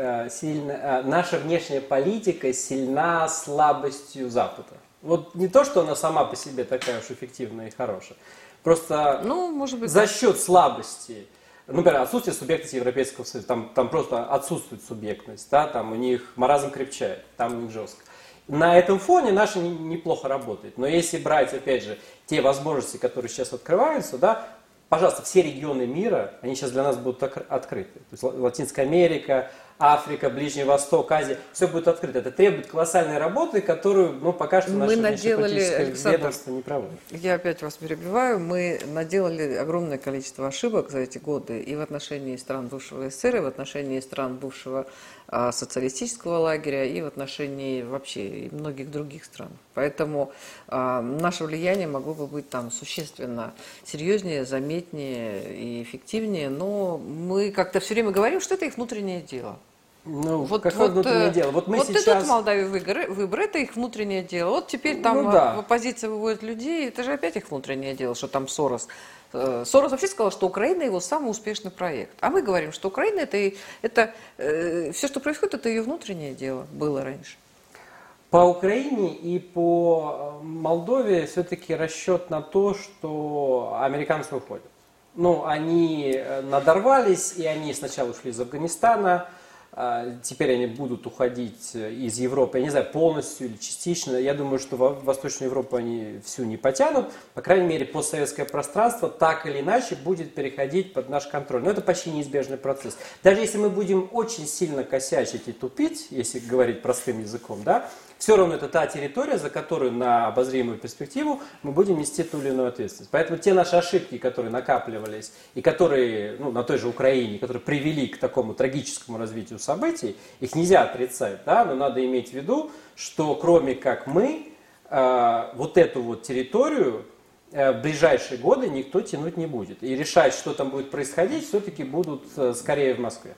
внешняя политика сильна слабостью Запада. Вот не то, что она сама по себе такая уж эффективная и хорошая, просто может быть, за счет слабости, например, отсутствие субъектности Европейского Союза, там просто отсутствует субъектность, да, там у них маразм крепчает, там у них жестко. На этом фоне наша неплохо работает. Но если брать, опять же, те возможности, которые сейчас открываются, да, пожалуйста, все регионы мира, они сейчас для нас будут открыты. То есть Латинская Америка, Африка, Ближний Восток, Азия, все будет открыто. Это требует колоссальной работы, которую, пока что наше внешнеполитическое ведомство не проводит. Я опять вас перебиваю. Мы наделали огромное количество ошибок за эти годы и в отношении стран бывшего СССР, и в отношении стран бывшего социалистического лагеря, и в отношении вообще многих других стран. Поэтому наше влияние могло бы быть там существенно серьезнее, заметнее и эффективнее, но мы как-то все время говорим, что это их внутреннее дело. Какое внутреннее дело? Вот сейчас... этот в Молдавии выбор, это их внутреннее дело. Вот теперь там в оппозиции выводят людей, это же опять их внутреннее дело, что там Сорос. Сорос вообще сказал, что Украина его самый успешный проект. А мы говорим, что Украина это все, что происходит, это ее внутреннее дело было раньше. По Украине и по Молдове все-таки расчет на то, что американцы уходят. Они надорвались, и они сначала ушли из Афганистана, теперь они будут уходить из Европы, я не знаю, полностью или частично. Я думаю, что в Восточную Европу они всю не потянут. По крайней мере, постсоветское пространство так или иначе будет переходить под наш контроль. Но это почти неизбежный процесс. Даже если мы будем очень сильно косячить и тупить, если говорить простым языком, да, все равно это та территория, за которую на обозримую перспективу мы будем нести ту или иную ответственность. Поэтому те наши ошибки, которые накапливались и которые на той же Украине, которые привели к такому трагическому развитию событий, их нельзя отрицать, да, но надо иметь в виду, что кроме как мы, вот эту вот территорию в ближайшие годы никто тянуть не будет. И решать, что там будет происходить, все-таки будут скорее в Москве.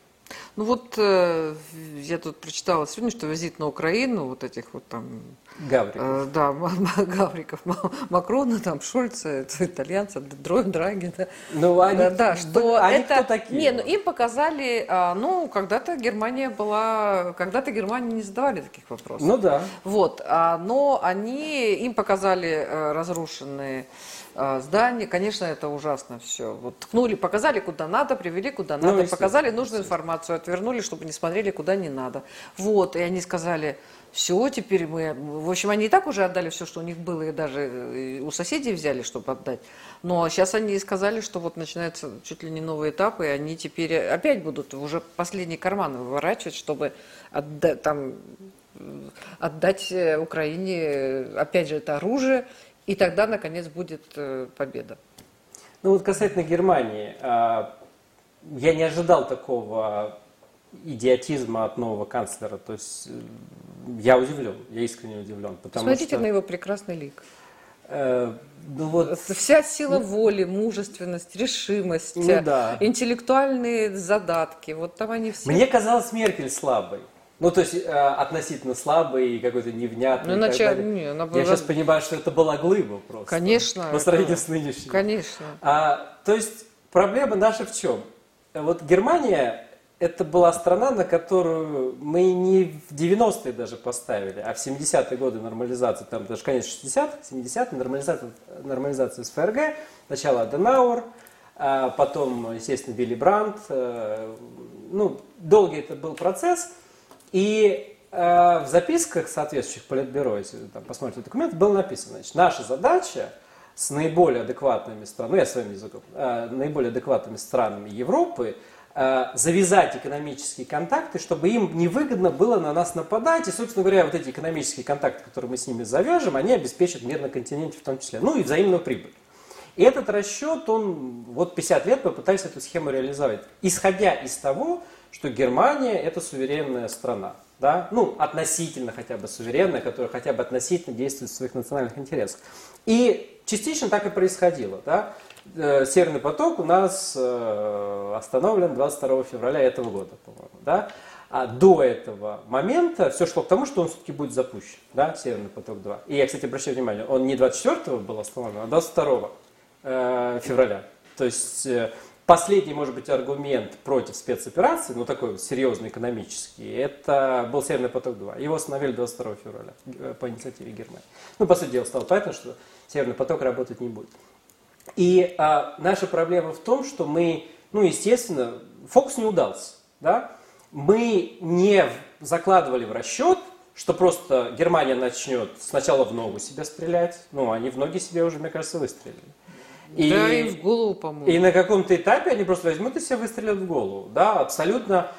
Я тут прочитала сегодня, что визит на Украину вот этих вот там... Гавриков. Гавриков, Макрона, там, Шольца, итальянца, Драги. Они кто такие? Им показали, когда-то Германия не задавали таких вопросов. Но им показали разрушенные здания, конечно, это ужасно все. Ткнули, показали, куда надо, привели, куда надо, показали нужную информацию, отвернули, чтобы не смотрели, куда не надо. И они сказали, все, теперь мы... В общем, они и так уже отдали все, что у них было, и даже у соседей взяли, чтобы отдать. Но сейчас они сказали, что начинается чуть ли не новый этап, и они теперь опять будут уже последние карманы выворачивать, чтобы отдать Украине, опять же, это оружие, и тогда, наконец, будет победа. Касательно Германии, я не ожидал такого идиотизма от нового канцлера. То есть я удивлен, я искренне удивлен. Посмотрите на его прекрасный лик. Ну вот, Вся сила воли, мужественность, решимость, ну да. интеллектуальные задатки, вот там они все. Мне казалось Меркель слабой. Ну, то есть относительно слабой и какой-то невнятной. Ну, и так иначе, далее. не, она Я была... сейчас понимаю, что это была глыба просто. Конечно. По сравнению с нынешней. Конечно. То есть проблема наша в чем? Вот Германия это была страна, на которую мы не в 90-е даже поставили, а в 70-е годы нормализации, там даже конец 60-х, 70-е, нормализация с ФРГ, сначала Аденауэр, потом, естественно, Вилли Брандт. Ну, долгий это был процесс. И в записках соответствующих Политбюро, если там посмотрите документы, было написано, значит, наша задача с наиболее адекватными странами, ну я своим языком, наиболее адекватными странами Европы, завязать экономические контакты, чтобы им невыгодно было на нас нападать. И, собственно говоря, вот эти экономические контакты, которые мы с ними завяжем, они обеспечат мир на континенте в том числе. Ну и взаимную прибыль. И этот расчет, он вот 50 лет попытались эту схему реализовать. Исходя из того, что Германия это суверенная страна. Да? Ну, относительно хотя бы суверенная, которая хотя бы относительно действует в своих национальных интересах. И частично так и происходило. Да? Северный поток у нас остановлен 22 февраля этого года, по-моему. Да? А до этого момента все шло к тому, что он все-таки будет запущен. Да? Северный поток-2. И я, кстати, обращаю внимание, он не 24 был остановлен, а 22 февраля. То есть последний, может быть, аргумент против спецоперации, ну такой вот серьезный экономический, это был Северный поток-2. Его остановили 22 февраля по инициативе Германии. Ну, по сути дела, стало понятно, что Северный поток работать не будет. И наша проблема в том, что мы, ну, естественно, фокус не удался. Да? Мы не закладывали в расчет, что просто Германия начнет сначала в ногу себя стрелять. Ну, они в ноги себе уже, мне кажется, выстрелили. Да, и в голову, по-моему. И на каком-то этапе они просто возьмут и себя выстрелят в голову. Да, абсолютно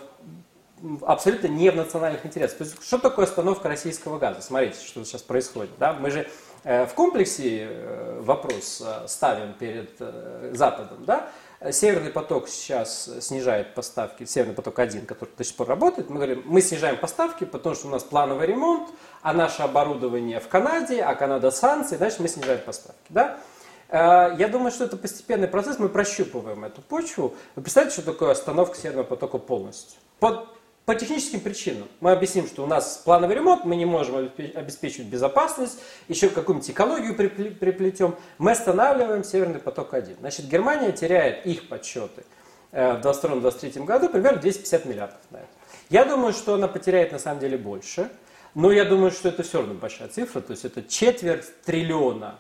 не в национальных интересах. То есть, что такое остановка российского газа? Смотрите, что сейчас происходит. Да? Мы же в комплексе вопрос ставим перед Западом. Да? Северный поток сейчас снижает поставки, Северный поток-1, который до сих пор работает. Мы говорим, мы снижаем поставки, потому что у нас плановый ремонт, а наше оборудование в Канаде, а Канада санкции, значит мы снижаем поставки. Да? Я думаю, что это постепенный процесс, мы прощупываем эту почву. Вы представляете, что такое остановка Северного потока полностью? По техническим причинам. Мы объясним, что у нас плановый ремонт, мы не можем обеспечивать безопасность, еще какую-нибудь экологию приплетем. Мы останавливаем Северный поток-1. Значит, Германия теряет их подсчеты в 2022-2023 году примерно 250 миллиардов на это. Я думаю, что она потеряет на самом деле больше, но я думаю, что это все равно большая цифра, то есть это $250 триллиона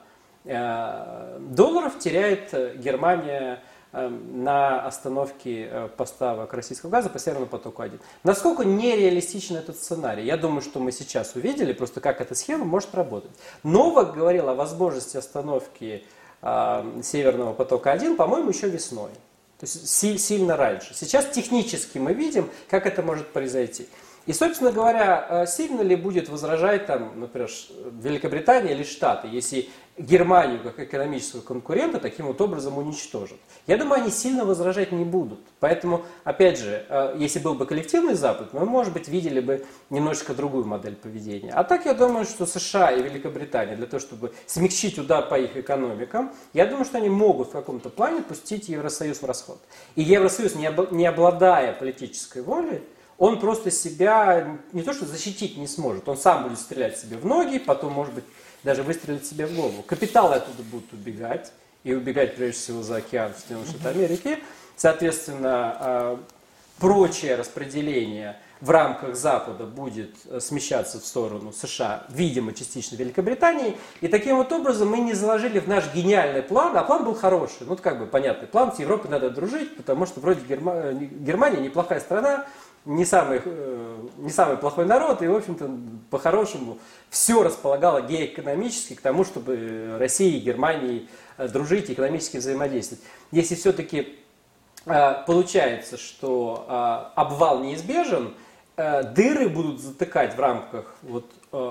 долларов теряет Германия на остановке поставок российского газа по Северному потоку-1. Насколько нереалистичен этот сценарий? Я думаю, что мы сейчас увидели, просто как эта схема может работать. Новак говорил о возможности остановки Северного потока-1, по-моему, еще весной. То есть сильно раньше. Сейчас технически мы видим, как это может произойти. И, собственно говоря, сильно ли будет возражать, там, например, Великобритания или Штаты, если Германию как экономического конкурента таким вот образом уничтожат? Я думаю, они сильно возражать не будут. Поэтому, опять же, если был бы коллективный Запад, мы, может быть, видели бы немножечко другую модель поведения. А так я думаю, что США и Великобритания для того, чтобы смягчить удар по их экономикам, я думаю, что они могут в каком-то плане пустить Евросоюз в расход. И Евросоюз, не обладая политической волей, он просто себя не то что защитить не сможет, он сам будет стрелять себе в ноги, потом, может быть, даже выстрелить себе в голову. Капиталы оттуда будут убегать, и убегать прежде всего за океан в Соединенные Штаты Америки. Соответственно, прочее распределение в рамках Запада будет смещаться в сторону США, видимо, частично Великобритании. И таким вот образом мы не заложили в наш гениальный план, а план был хороший. Ну, как бы понятный план, с Европой надо дружить, потому что вроде Германия неплохая страна, не самый плохой народ, и, в общем-то, по-хорошему все располагало геоэкономически к тому, чтобы России и Германии дружить и экономически взаимодействовать. Если все-таки получается, что обвал неизбежен, дыры будут затыкать в рамках вот,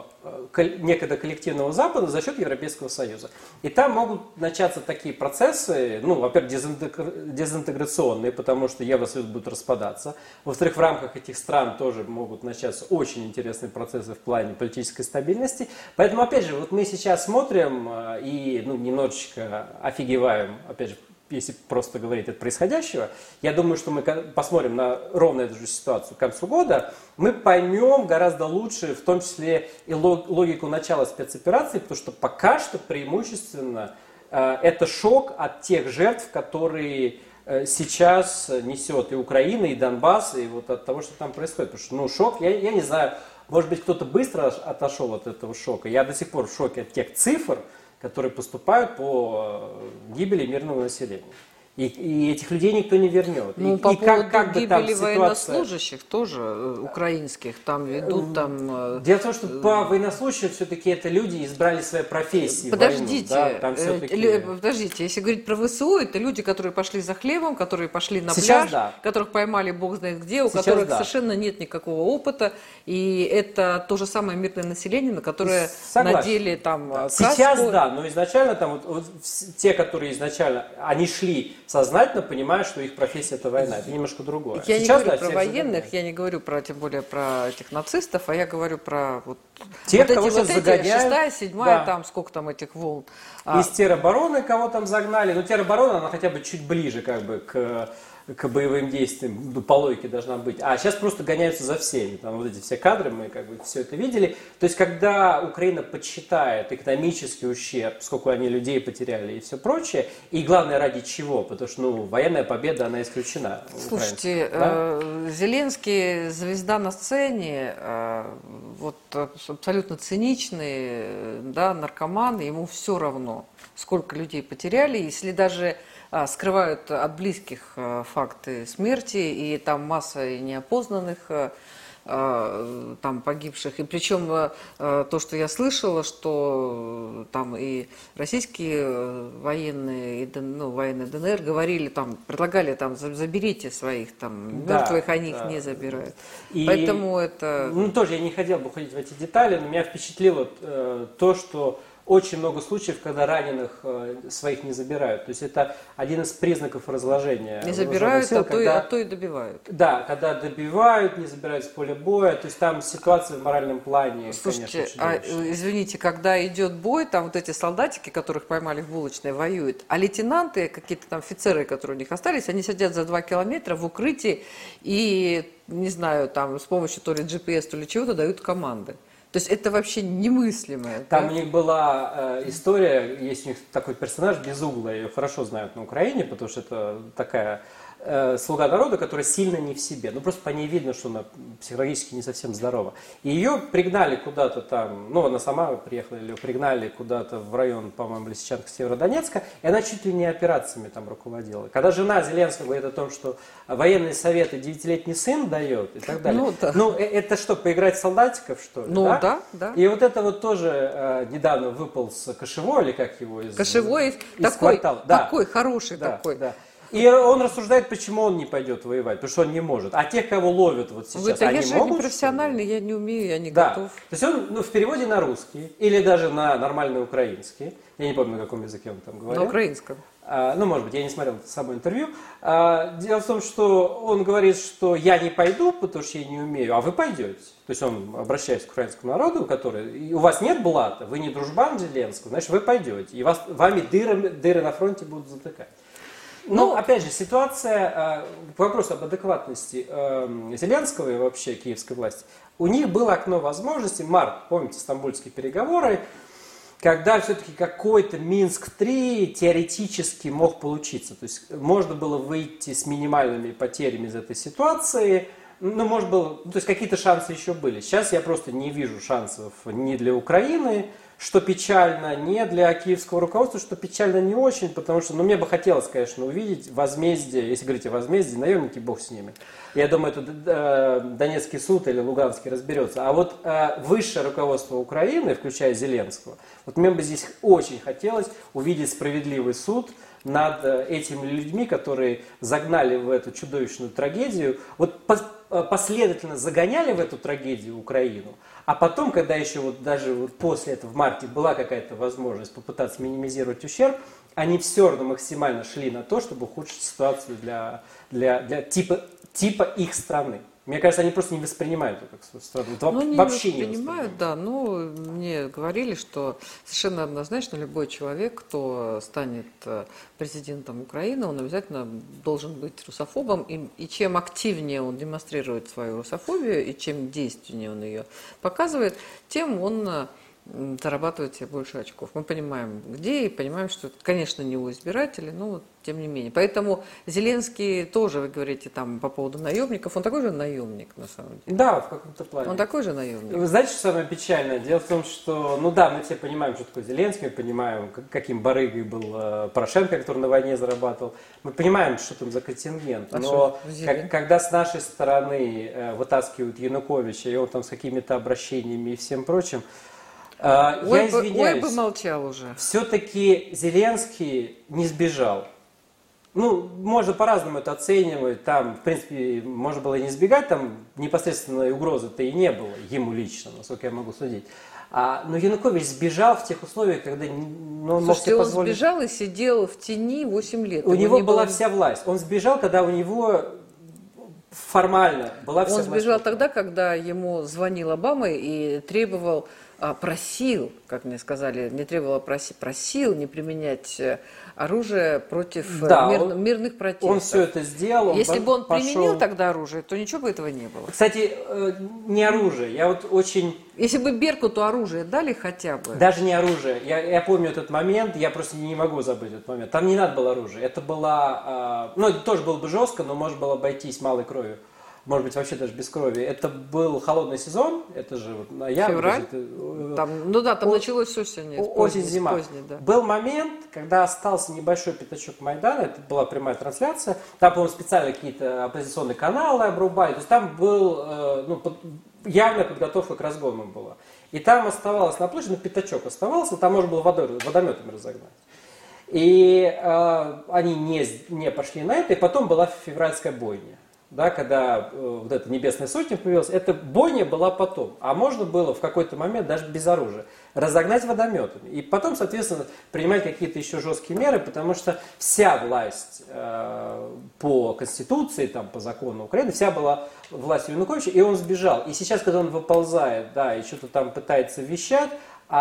некогда коллективного Запада за счет Европейского Союза. И там могут начаться такие процессы, ну, во-первых, дезинтеграционные, потому что Евросоюз будет распадаться. Во-вторых, в рамках этих стран тоже могут начаться очень интересные процессы в плане политической стабильности. Поэтому, опять же, вот мы сейчас смотрим и немножечко офигеваем, опять же, если просто говорить от происходящего, я думаю, что мы посмотрим на ровно эту же ситуацию к концу года, мы поймем гораздо лучше, в том числе и логику начала спецоперации, потому что пока что преимущественно это шок от тех жертв, которые сейчас несет и Украина, и Донбасс, и вот от того, что там происходит. Потому что, шок, я не знаю, может быть, кто-то быстро отошел от этого шока. Я до сих пор в шоке от тех цифр, которые поступают по гибели мирного населения. И этих людей никто не вернет. Ну, по поводу гибели военнослужащих тоже, украинских, там ведут там... Дело в том, что по военнослужащим все-таки это люди избрали свои профессии. Подождите, войну, да, подождите, если говорить про ВСУ, это люди, которые пошли за хлебом, которые пошли на сейчас пляж, да. Которых поймали бог знает где, у сейчас которых да. совершенно нет никакого опыта, и это то же самое мирное население, на которое Согласен. надели там каску. Сейчас да, но изначально там вот те, которые изначально, они шли сознательно, понимая, что их профессия это война. Это немножко другое. Я сейчас, не говорю да, про военных, я не говорю про, тем более про этих нацистов, а я говорю про вот, тех, вот кого эти, сейчас загоняют. 6-я, 7-я, да. там сколько там этих волн. Из теробороны кого там загнали. Но тероборона, она хотя бы чуть ближе как бы к боевым действиям, по логике должна быть. А сейчас просто гоняются за всеми. Там вот эти все кадры, мы как бы все это видели. То есть, когда Украина подсчитает экономический ущерб, сколько они людей потеряли и все прочее, и главное, ради чего, потому что, военная победа, она исключена. Слушайте, да? Зеленский звезда на сцене, вот абсолютно циничный, да, наркоман, ему все равно, сколько людей потеряли, если даже скрывают от близких факты смерти, и там масса и неопознанных там погибших. И причем то, что я слышала, что там и российские военные, и военные ДНР говорили, там, предлагали, там, заберите своих там мертвых, да, они их не забирают. И, поэтому это... тоже я не хотел бы уходить в эти детали, но меня впечатлило то, что очень много случаев, когда раненых своих не забирают. То есть это один из признаков разложения. Не забирают, сил, а то и добивают. Да, когда добивают, не забирают с поля боя. То есть там ситуация в моральном плане, слушайте, конечно, извините, когда идет бой, там вот эти солдатики, которых поймали в булочной, воюют, а лейтенанты, какие-то там офицеры, которые у них остались, они сидят за 2 километра в укрытии и, не знаю, там с помощью то ли GPS, то ли чего-то дают команды. То есть это вообще немыслимое. Там да? у них была история, есть у них такой персонаж Безугла, ее хорошо знают на Украине, потому что это такая слуга народа, которая сильно не в себе. Просто по ней видно, что она психологически не совсем здорова. И ее пригнали куда-то там, она сама приехала, или ее пригнали куда-то в район, по-моему, Лисичанска, Северодонецка, и она чуть ли не операциями там руководила. Когда жена Зеленского говорит о том, что военные советы 9-летний сын дает и так далее. Да. Это что, поиграть в солдатиков, что ли? Да. И вот это вот тоже недавно выполз Кошевой, или как его из Кошевой, из квартала. Такой хороший такой. Да. И он рассуждает, почему он не пойдет воевать, потому что он не может. А тех, кого ловят вот сейчас, они я же могут? Не профессиональный, я не умею, я не готов. То есть он в переводе на русский или даже на нормальный украинский, я не помню, на каком языке он там говорил. На украинском. Может быть, я не смотрел само интервью. Дело в том, что он говорит, что я не пойду, потому что я не умею, а вы пойдете. То есть он обращается к украинскому народу, который, у вас нет блата, вы не дружбан Зеленского, значит вы пойдете, и вами дыры на фронте будут затыкать. Опять же, ситуация, по вопросу об адекватности Зеленского и вообще киевской власти, у них было окно возможностей, март, помните, стамбульские переговоры, когда все-таки какой-то Минск-3 теоретически мог получиться. То есть можно было выйти с минимальными потерями из этой ситуации, может было, то есть какие-то шансы еще были. Сейчас я просто не вижу шансов ни для Украины, что печально, не для киевского руководства, что печально не очень, потому что, мне бы хотелось, конечно, увидеть возмездие, если говорить о возмездии, наемники, бог с ними. Я думаю, это Донецкий суд или Луганский разберется. А вот высшее руководство Украины, включая Зеленского, мне бы здесь очень хотелось увидеть справедливый суд над этими людьми, которые загнали в эту чудовищную трагедию. последовательно загоняли в эту трагедию Украину, а потом, когда еще вот даже вот после этого в марте была какая-то возможность попытаться минимизировать ущерб, они все равно максимально шли на то, чтобы ухудшить ситуацию для типа их страны. Мне кажется, они просто не воспринимают это как свою страну. Вообще не воспринимают. Да. Ну, мне говорили, что совершенно однозначно любой человек, кто станет президентом Украины, он обязательно должен быть русофобом. И чем активнее он демонстрирует свою русофобию, и чем действеннее он ее показывает, тем он зарабатывать себе больше очков. Мы понимаем, где, и понимаем, что это, конечно, не у избирателей, но вот, тем не менее. Поэтому Зеленский тоже, вы говорите, там, по поводу наемников, он такой же наемник, на самом деле. Да, в каком-то плане. Он такой же наемник. Вы знаете, что самое печальное? Дело в том, что, ну да, мы все понимаем, что такое Зеленский, мы понимаем, каким барыгой был Порошенко, который на войне зарабатывал. Мы понимаем, что там за контингент. Но когда с нашей стороны вытаскивают Януковича, и он там с какими-то обращениями и всем прочим, я извиняюсь, бы молчал уже. Все-таки Зеленский не сбежал. Ну, можно по-разному это оценивать. Там, в принципе, можно было и не сбегать, там непосредственной угрозы-то и не было ему лично, насколько я могу судить. Но Янукович сбежал в тех условиях, когда он мог себе позволить... Он сбежал и сидел в тени 8 лет. У него была вся власть. Он сбежал, когда у него формально была вся власть. Он сбежал тогда, когда ему звонил Обама и требовал... просил, как мне сказали, не требовал, просил не применять оружие против мирных протестов. Он все это сделал. Если бы он применил тогда оружие, то ничего бы этого не было. Кстати, не оружие. Я вот очень... Если бы Беркуту оружие дали хотя бы... Даже не оружие. Я помню этот момент, я просто не могу забыть этот момент. Там не надо было оружия. Это была... Ну, это тоже было бы жестко, но можно было обойтись малой кровью. Может быть, вообще даже без крови. Это был холодный сезон, это же вот ноябрь. Февраль? Там началось осень. Осень-зима. Да. Был момент, когда остался небольшой пятачок Майдана, это была прямая трансляция, там, по-моему, специально какие-то оппозиционные каналы обрубали, то есть там был, явная подготовка к разгону была. И там оставалось на площади, пятачок оставался, там можно было водометами разогнать. И они не пошли на это, и потом была февральская бойня. Да, когда вот эта небесная сотня появилась, эта бойня была потом. А можно было в какой-то момент даже без оружия разогнать водометами. И потом, соответственно, принимать какие-то еще жесткие меры, потому что вся власть по Конституции, там, по закону Украины, вся была властью Януковича, и он сбежал. И сейчас, когда он выползает, да, и что-то там пытается вещать,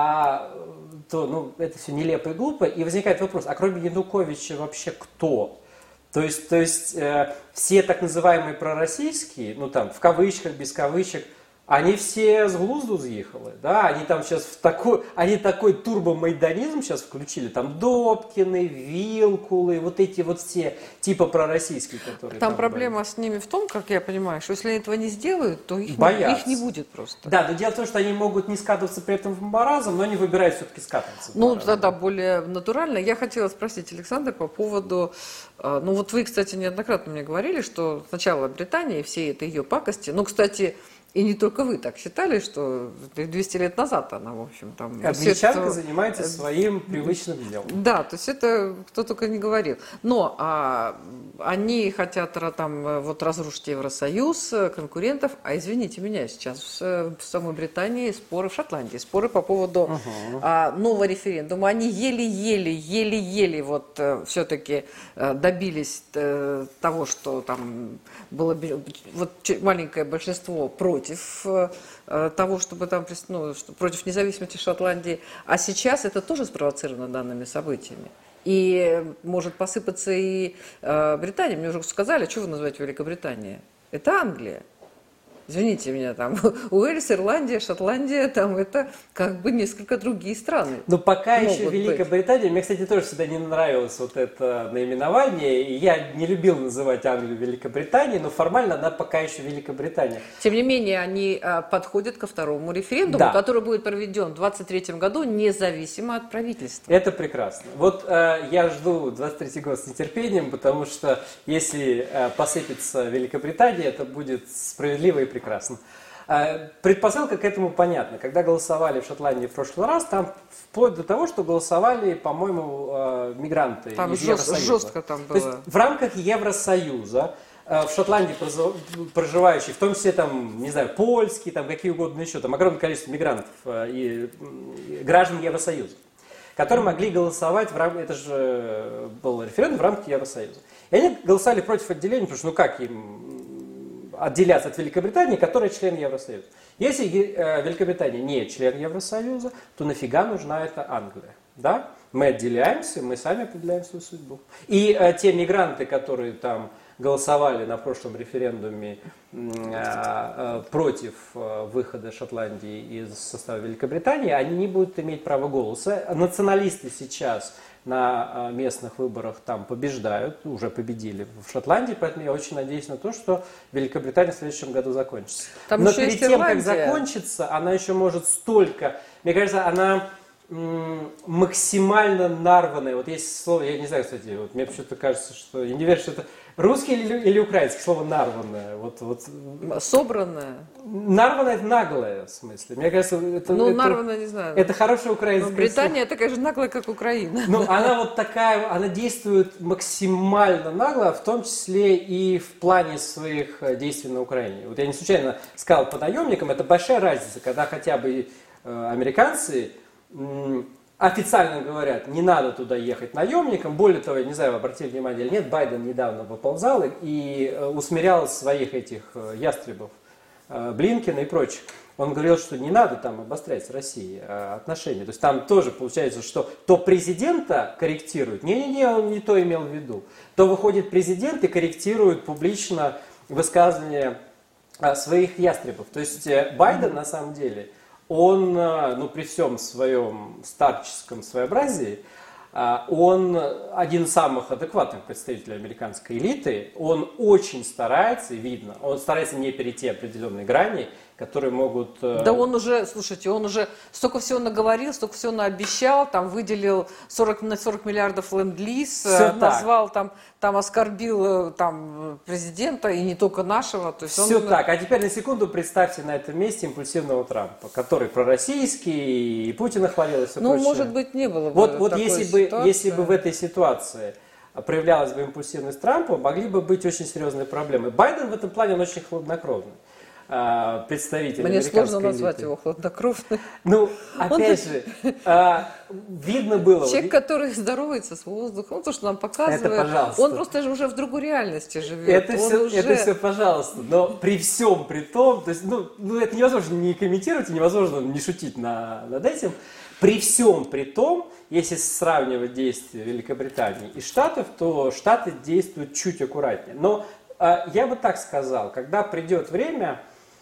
то это все нелепо и глупо. И возникает вопрос, а кроме Януковича вообще кто? То есть все так называемые пророссийские, ну там в кавычках, без кавычек, они все с глузду съехали, да, они там сейчас такой турбомайданизм сейчас включили, там Добкины, Вилкулы, вот эти вот все типа пророссийские, которые там проблема с ними в том, как я понимаю, что если они этого не сделают, то их не будет просто. Да, но дело в том, что они могут не скатываться при этом в маразм, но они выбирают все-таки скатываться. Ну, тогда более натурально. Я хотела спросить, Александр, по поводу... Ну, вот вы, кстати, неоднократно мне говорили, что сначала Британия и все это ее пакости... Ну, кстати... И не только вы так считали, что 200 лет назад она, в общем, там... Англичанка занимается своим привычным делом. Да, то есть это кто только не говорил. Но они хотят там вот разрушить Евросоюз, конкурентов. А извините меня, сейчас в самой Британии споры, в Шотландии споры по поводу нового референдума. Они еле-еле вот все-таки добились того, что там было вот маленькое большинство против того, чтобы там, против независимости Шотландии. А сейчас это тоже спровоцировано данными событиями. И может посыпаться и Британия. Мне уже сказали, что вы называете Великобританией? Это Англия. Извините меня, там Уэльс, Ирландия, Шотландия, там это как бы несколько другие страны. Но пока еще Великобритания, мне, кстати, тоже всегда не нравилось вот это наименование. И я не любил называть Англию Великобританией, но формально она пока еще Великобритания. Тем не менее, они подходят ко второму референдуму, который будет проведен в 2023 году, независимо от правительства. Это прекрасно. Вот я жду 2023 год с нетерпением, потому что если посыпется Великобритания, это будет справедливо и прекрасно. Предпосылка к этому понятна. Когда голосовали в Шотландии в прошлый раз, там вплоть до того, что голосовали, по-моему, мигранты там из Евросоюза. Жестко там было. То есть в рамках Евросоюза в Шотландии проживающие, в том числе там, не знаю, польские, там какие угодно еще, там огромное количество мигрантов и граждан Евросоюза, которые могли голосовать в рамках, это же был референдум в рамках Евросоюза. И они голосовали против отделения, потому что ну как им отделяться от Великобритании, которая член Евросоюза. Если Великобритания не член Евросоюза, то нафига нужна эта Англия? Да? Мы отделяемся, мы сами определяем свою судьбу. И те мигранты, которые там голосовали на прошлом референдуме против выхода Шотландии из состава Великобритании, они не будут иметь права голоса. Националисты сейчас на местных выборах там побеждают, уже победили в Шотландии, поэтому я очень надеюсь на то, что Великобритания в следующем году закончится. Там Но еще перед есть тем, как Ирландия. закончится, она еще может столько, мне кажется, она максимально нарванная. Вот есть слово, я не знаю, кстати, вот мне почему-то кажется, что я не верю, что это русский или украинский слово нарванное. Вот. Собранная. Нарванное это наглое, в смысле. Мне кажется, это, Ну, это, нарванная, не знаю. это хорошее украинское Но Британия такая же наглая, как Украина. слово. Ну, она вот такая, она действует максимально нагло, в том числе и в плане своих действий на Украине. Вот я не случайно сказал по наемникам, это большая разница, когда хотя бы американцы официально говорят, не надо туда ехать наемникам. Более того, я не знаю, вы обратили внимание или нет, Байден недавно выползал и усмирял своих этих ястребов, Блинкена и прочих. Он говорил, что не надо там обострять с Россией отношения. То есть там тоже получается, что то президента корректирует, не-не-не, он не то имел в виду, то выходит президент и корректирует публично высказывания своих ястребов. То есть Байден на самом деле, он, ну, при всем своем старческом своеобразии, он один из самых адекватных представителей американской элиты. Он очень старается, видно, он старается не перейти определенные грани, которые могут... Да он уже, слушайте, он уже столько всего наговорил, столько всего наобещал, там выделил 40 миллиардов ленд-лиз, назвал, там оскорбил там, президента, и не только нашего. То есть все так. А теперь на секунду представьте на этом месте импульсивного Трампа, который пророссийский, и Путина хвалил, и все прочее. может быть, не было бы Вот такой если бы в этой ситуации проявлялась бы импульсивность Трампа, могли бы быть очень серьезные проблемы. Байден в этом плане он очень хладнокровный представитель Мне американской сложно назвать элиты. его хладнокровным. Ну, опять же, видно было... Человек, который здоровается с воздухом, то, что нам показывает, Это пожалуйста. он просто же уже в другой реальности живет. Это все, пожалуйста, но при всем при том, то есть, ну это невозможно не комментировать, и невозможно не шутить над этим. При всем при том, если сравнивать действия Великобритании и Штатов, то Штаты действуют чуть аккуратнее. Но я бы так сказал, когда придет время,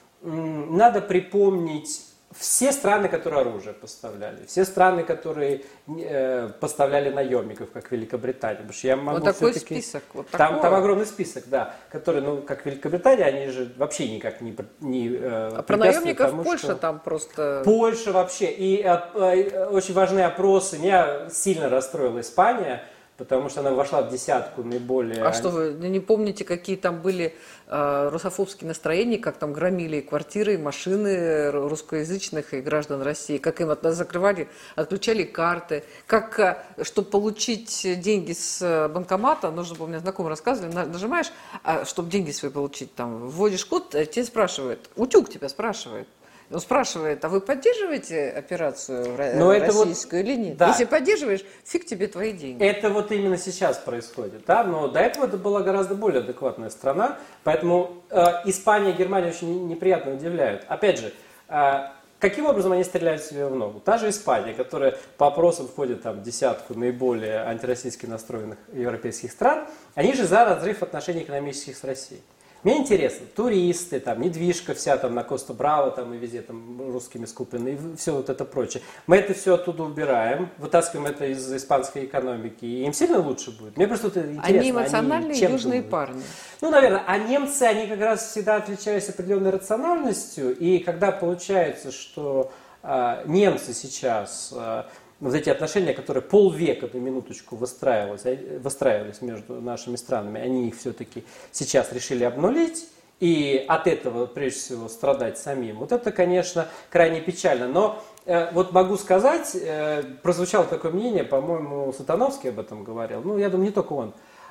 надо припомнить все страны, которые оружие поставляли, все страны, которые поставляли наемников, как Великобритания. Потому что я могу вот такой все-таки... список. Вот там огромный список, да, которые, ну, как Великобритания, они же вообще никак не а про наемников тому, Польша что... там просто... Польша вообще. И очень важные опросы. Меня сильно расстроила Испания, потому что она вошла в десятку наиболее... А что вы не помните, какие там были русофобские настроения, как там громили квартиры, машины русскоязычных и граждан России, как им закрывали, отключали карты, как, чтобы получить деньги с банкомата, нужно было, мне знакомые рассказывали, нажимаешь, чтобы деньги свои получить, там, вводишь код, тебе спрашивают, утюг тебя спрашивает. Он спрашивает, а вы поддерживаете операцию российскую или нет? Да. Если поддерживаешь, фиг тебе твои деньги. Это вот именно сейчас происходит, да? Но до этого это была гораздо более адекватная страна, поэтому Испания и Германия очень неприятно удивляют. Опять же, каким образом они стреляют себе в ногу? Та же Испания, которая по опросам входит там, в десятку наиболее антироссийски настроенных европейских стран, они же за разрыв отношений экономических с Россией. Мне интересно, туристы, там, недвижка вся там на Коста-Браво там, и везде там русскими скуплена, и все вот это прочее. Мы это все оттуда убираем, вытаскиваем это из испанской экономики, и им сильно лучше будет. Мне просто это интересно. Они эмоциональные южные парни. Ну, наверное, а немцы, они как раз всегда отличались определенной рациональностью, и когда получается, что немцы сейчас... вот эти отношения, которые полвека на минуточку выстраивались между нашими странами, они их все-таки сейчас решили обнулить, и от этого, прежде всего, страдать самим. Вот это, конечно, крайне печально. Но вот могу сказать, прозвучало такое мнение, по-моему, Сатановский об этом говорил, ну, я думаю, не только он,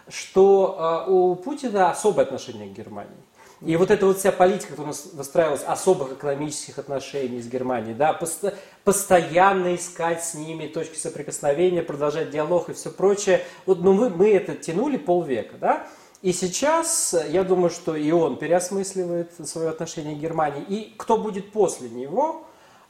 что у Путина особое отношение к Германии. И вот эта вот вся политика, которая у нас выстраивалась, особых экономических отношений с Германией, да, постоянно искать с ними точки соприкосновения, продолжать диалог и все прочее. Вот, ну, мы это тянули полвека, да. И сейчас, я думаю, что и он переосмысливает свое отношение к Германии. И кто будет после него,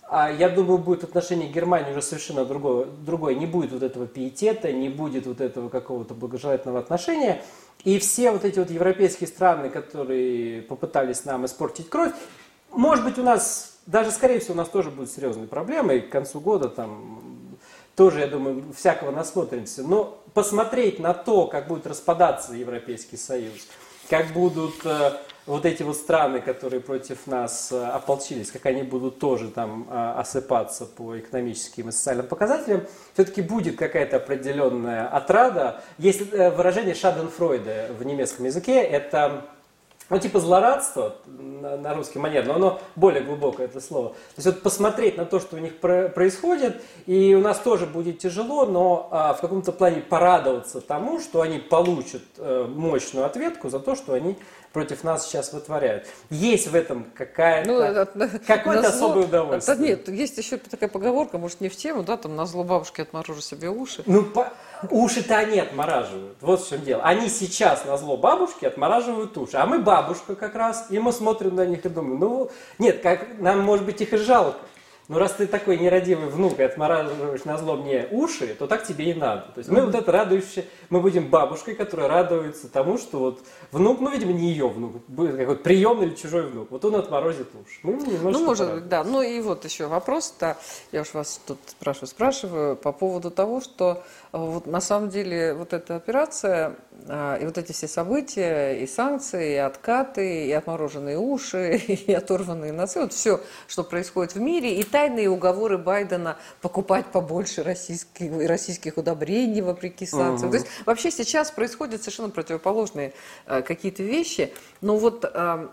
я думаю, будет отношение к Германии уже совершенно другое. Не будет вот этого пиетета, не будет вот этого какого-то благожелательного отношения. И все вот эти вот европейские страны, которые попытались нам испортить кровь, может быть, у нас, даже скорее всего, у нас тоже будут серьезные проблемы, и к концу года там тоже, я думаю, всякого насмотримся. Но посмотреть на то, как будет распадаться Европейский Союз, как будут вот эти вот страны, которые против нас ополчились, как они будут тоже там осыпаться по экономическим и социальным показателям, все-таки будет какая-то определенная отрада. Есть выражение Schadenfreude в немецком языке, это ну, типа злорадство на русский манер, но оно более глубокое, это слово. То есть вот посмотреть на то, что у них происходит, и у нас тоже будет тяжело, но в каком-то плане порадоваться тому, что они получат мощную ответку за то, что они против нас сейчас вытворяют. Есть в этом какое-то особое удовольствие. Нет, есть еще такая поговорка, может, не в тему, да, там, на зло бабушки отморожу себе уши. Ну, уши-то они отмораживают, вот в чем дело. Они сейчас на зло бабушки отмораживают уши, а мы бабушка как раз, и мы смотрим на них и думаем, ну, нет, нам, может быть, их и жалко. Но раз ты такой нерадивый внук и отмораживаешь на зло мне уши, то так тебе и надо. То есть мы вот это радующие, мы будем бабушкой, которая радуется тому, что вот внук, ну, видимо, не ее внук, будет какой-то приемный или чужой внук. Вот он отморозит уши. Мы немножко ну, может быть, да. Ну и вот еще вопрос-то, я уж вас тут спрашиваю по поводу того, что вот на самом деле вот эта операция и вот эти все события, и санкции, и откаты, и отмороженные уши, и оторванные носы, вот все, что происходит в мире, и тайные уговоры Байдена покупать побольше российских удобрений вопреки санкциям. То есть вообще сейчас происходят совершенно противоположные какие-то вещи. Но вот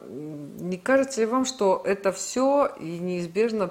не кажется ли вам, что это все неизбежно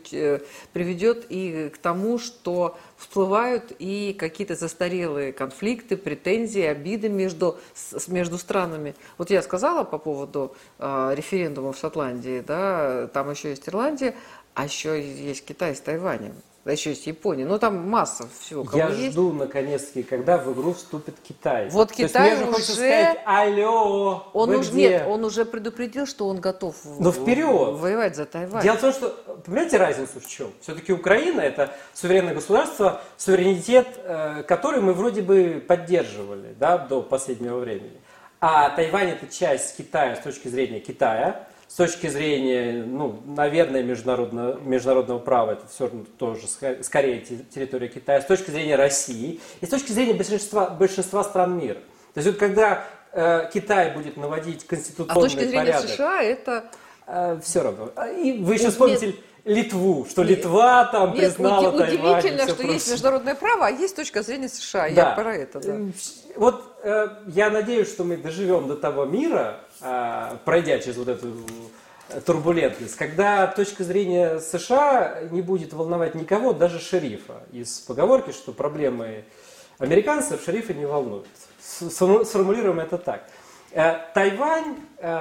приведет и к тому, что всплывают и какие-то застарелые конфликты, претензии, обиды между странами? Вот я сказала по поводу референдума в Шотландии, да, там еще есть Ирландия, а еще есть Китай с Тайванем. А еще есть Япония. Ну, там масса всего. Я жду, наконец-таки, когда в игру вступит Китай. Вот Китай уже... хочется сказать, алло, Нет, он уже предупредил, что он готов воевать за Тайвань. Дело в том, что, понимаете, разницу в чем? Все-таки Украина – это суверенное государство, суверенитет, который мы вроде бы поддерживали, да, до последнего времени. А Тайвань – это часть Китая с точки зрения Китая. С точки зрения, ну, наверное, международного права, это все тоже скорее территория Китая. С точки зрения России и с точки зрения большинства стран мира. То есть вот когда Китай будет наводить конституционный порядок... А с точки зрения порядок, США это... все равно. И вы еще вспомните Литву, что Литва там признала Тайвань. Удивительно, что есть международное право, а есть точка зрения США. Да. Я про это, да. Вот я надеюсь, что мы доживем до того мира, пройдя через вот эту турбулентность, когда точка зрения США не будет волновать никого, даже шерифа. Из поговорки, что проблемы американцев шерифа не волнуют. Сформулируем это так. Тайвань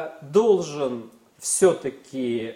должен все-таки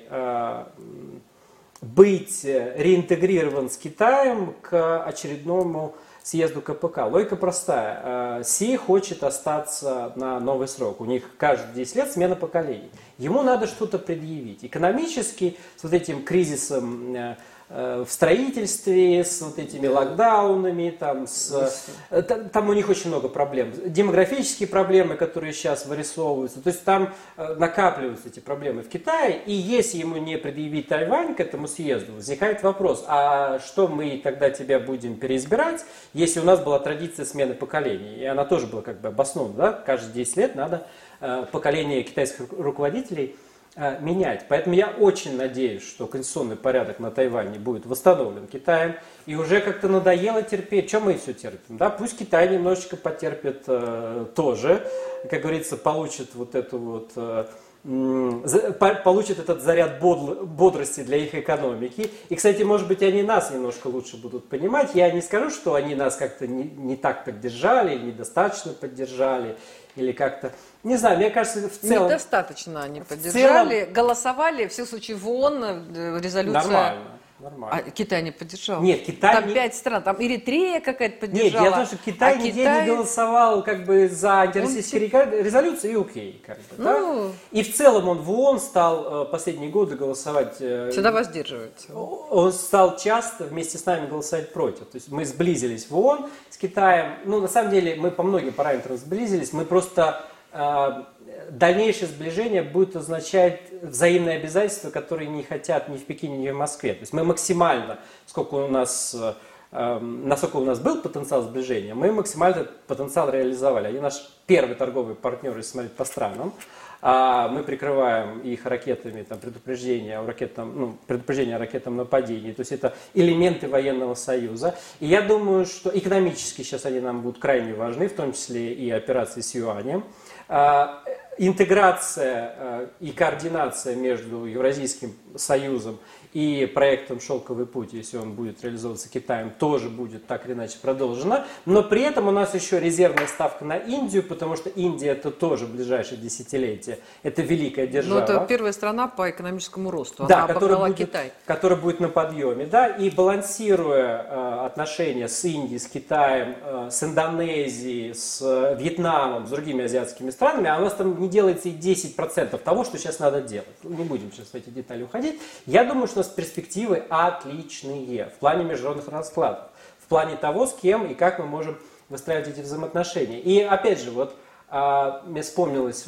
быть реинтегрирован с Китаем к очередному съезду КПК. Логика простая. Си хочет остаться на новый срок. У них каждые 10 лет смена поколений. Ему надо что-то предъявить. Экономически, с вот этим кризисом в строительстве, с вот этими локдаунами, там у них очень много проблем. Демографические проблемы, которые сейчас вырисовываются. То есть там накапливаются эти проблемы в Китае. И если ему не предъявить Тайвань к этому съезду, возникает вопрос, а что мы тогда тебя будем переизбирать, если у нас была традиция смены поколений? И она тоже была как бы обоснована. Да? Каждые 10 лет надо поколение китайских руководителей менять. Поэтому я очень надеюсь, что конституционный порядок на Тайване будет восстановлен Китаем. И уже как-то надоело терпеть. Чем мы все терпим? Да? Пусть Китай немножечко потерпит тоже. Как говорится, получит вот эту вот получат этот заряд бодрости для их экономики. И, кстати, может быть, они нас немножко лучше будут понимать. Я не скажу, что они нас как-то не так поддержали, или недостаточно поддержали, или как-то... Не знаю, мне кажется, в целом... Недостаточно они поддержали, целом... голосовали, все случаи в ООН, резолюция... Нормально. Нормально. А Китай не поддержал? Нет, Китай... Там 5 стран, там Эритрея какая-то поддержала. Нет, дело в том, что Китай нигде не голосовал как бы за антироссийские резолюции, и окей. Как бы, да? И в целом он в ООН стал последние годы голосовать... Всегда воздерживается. Он стал часто вместе с нами голосовать против. То есть мы сблизились в ООН с Китаем. Ну, на самом деле, мы по многим параметрам сблизились. Мы просто... дальнейшее сближение будет означать взаимные обязательства, которые не хотят ни в Пекине, ни в Москве. То есть мы максимально, насколько у нас был потенциал сближения, мы максимально этот потенциал реализовали. Они наш первый торговый партнер, если смотреть по странам. Мы прикрываем их ракетами, предупреждение о ракетном нападении. То есть это элементы военного союза. И я думаю, что экономически сейчас они нам будут крайне важны, в том числе и операции с юанем. Интеграция и координация между Евразийским союзом и проектом «Шелковый путь», если он будет реализовываться Китаем, тоже будет так или иначе продолжена. Но при этом у нас еще резервная ставка на Индию, потому что Индия это тоже ближайшее десятилетие. Это великая держава. Но это первая страна по экономическому росту. Да, она обогнала Китай. Которая будет на подъеме. Да? И балансируя отношения с Индией, с Китаем, с Индонезией, с Вьетнамом, с другими азиатскими странами, а у нас там не делается и 10% того, что сейчас надо делать. Не будем сейчас в эти детали уходить. Я думаю, что у нас перспективы отличные в плане международных раскладов, в плане того, с кем и как мы можем выстраивать эти взаимоотношения. И опять же, мне вспомнилась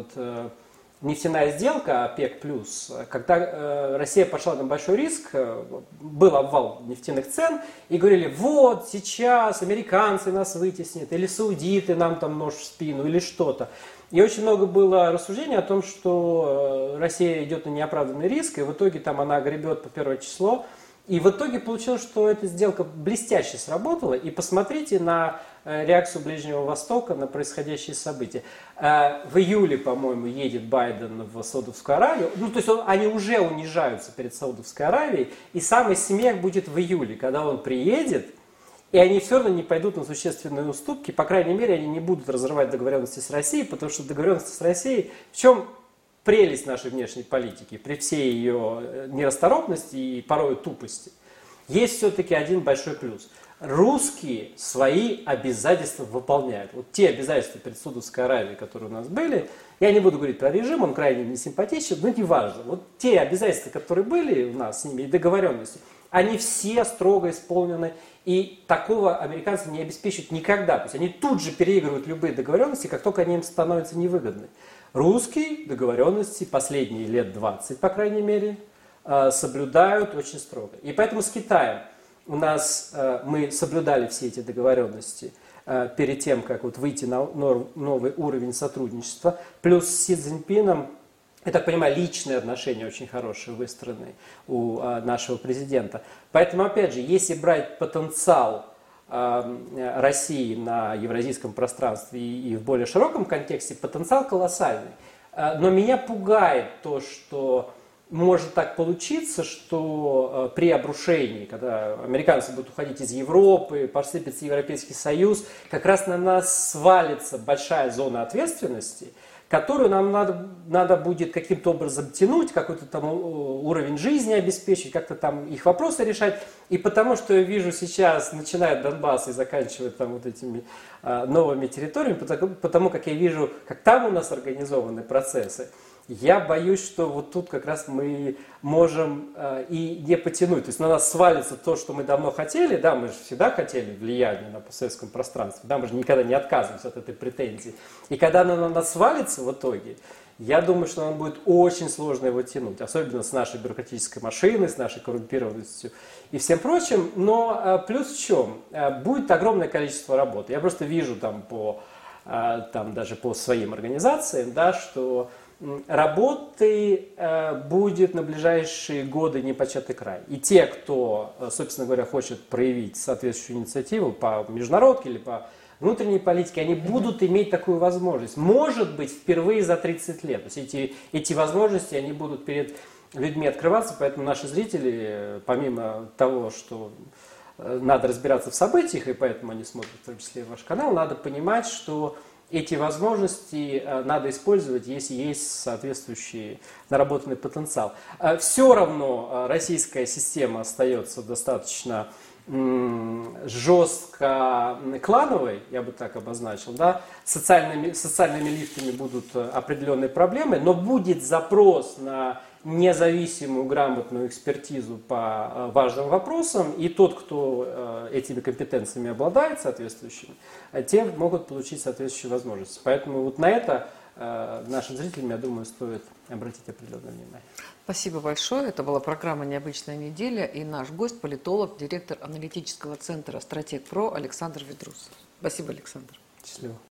нефтяная сделка ОПЕК+, когда Россия пошла на большой риск, был обвал нефтяных цен, и говорили, вот сейчас американцы нас вытеснят, или саудиты нам там нож в спину, или что-то. И очень много было рассуждений о том, что Россия идет на неоправданный риск, и в итоге там она гребет по первое число. И в итоге получилось, что эта сделка блестяще сработала. И посмотрите на реакцию Ближнего Востока на происходящие события. В июле, по-моему, едет Байден в Саудовскую Аравию. То есть они уже унижаются перед Саудовской Аравией. И самый смех будет в июле, когда он приедет. И они все равно не пойдут на существенные уступки. По крайней мере, они не будут разрывать договоренности с Россией, потому что договоренности с Россией... В чем прелесть нашей внешней политики, при всей ее нерасторопности и порой тупости? Есть все-таки один большой плюс. Русские свои обязательства выполняют. Вот те обязательства перед Саудовской Аравией, которые у нас были, я не буду говорить про режим, он крайне несимпатичен, но неважно. Вот те обязательства, которые были у нас с ними, и договоренности, они все строго исполнены, и такого американцы не обеспечат никогда. То есть они тут же переигрывают любые договоренности, как только они им становятся невыгодны. Русские договоренности последние лет 20, по крайней мере, соблюдают очень строго. И поэтому с Китаем мы соблюдали все эти договоренности перед тем, как выйти на новый уровень сотрудничества. Плюс с Си Цзиньпином, я так понимаю, личные отношения очень хорошие выстроены у нашего президента. Поэтому, опять же, если брать потенциал России на евразийском пространстве и в более широком контексте, потенциал колоссальный. Но меня пугает то, что может так получиться, что при обрушении, когда американцы будут уходить из Европы, посыпется Европейский Союз, как раз на нас свалится большая зона ответственности, которую нам надо будет каким-то образом тянуть, какой-то там уровень жизни обеспечить, как-то там их вопросы решать. И потому что я вижу сейчас, начиная от Донбасса и заканчивая там этими новыми территориями, потому как я вижу, как там у нас организованы процессы, я боюсь, что вот тут как раз мы можем и не потянуть. То есть на нас свалится то, что мы давно хотели. Да, мы же всегда хотели влияния на постсоветском пространстве. Да, мы же никогда не отказываемся от этой претензии. И когда она на нас свалится в итоге, я думаю, что нам будет очень сложно его тянуть. Особенно с нашей бюрократической машиной, с нашей коррумпированностью и всем прочим. Но плюс в чем? Будет огромное количество работы. Я просто вижу даже по своим организациям, да, что работы будет на ближайшие годы непочатый край. И те, кто, собственно говоря, хочет проявить соответствующую инициативу по международке или по внутренней политики, они будут иметь такую возможность. Может быть, впервые за 30 лет. То есть эти возможности, они будут перед людьми открываться, поэтому наши зрители, помимо того, что надо разбираться в событиях, и поэтому они смотрят в том числе ваш канал, надо понимать, что эти возможности надо использовать, если есть соответствующий наработанный потенциал. Все равно российская система остается достаточно жестко клановой, я бы так обозначил, да, социальными лифтами будут определенные проблемы, но будет запрос на независимую грамотную экспертизу по важным вопросам, и тот, кто этими компетенциями обладает соответствующими, те могут получить соответствующие возможности. Поэтому вот на это нашим зрителям, я думаю, стоит обратить определенное внимание. Спасибо большое. Это была программа «Необычная неделя» и наш гость, политолог, директор аналитического центра «Стратег.Про» Александр Ведрусов. Спасибо, Александр. Счастливо.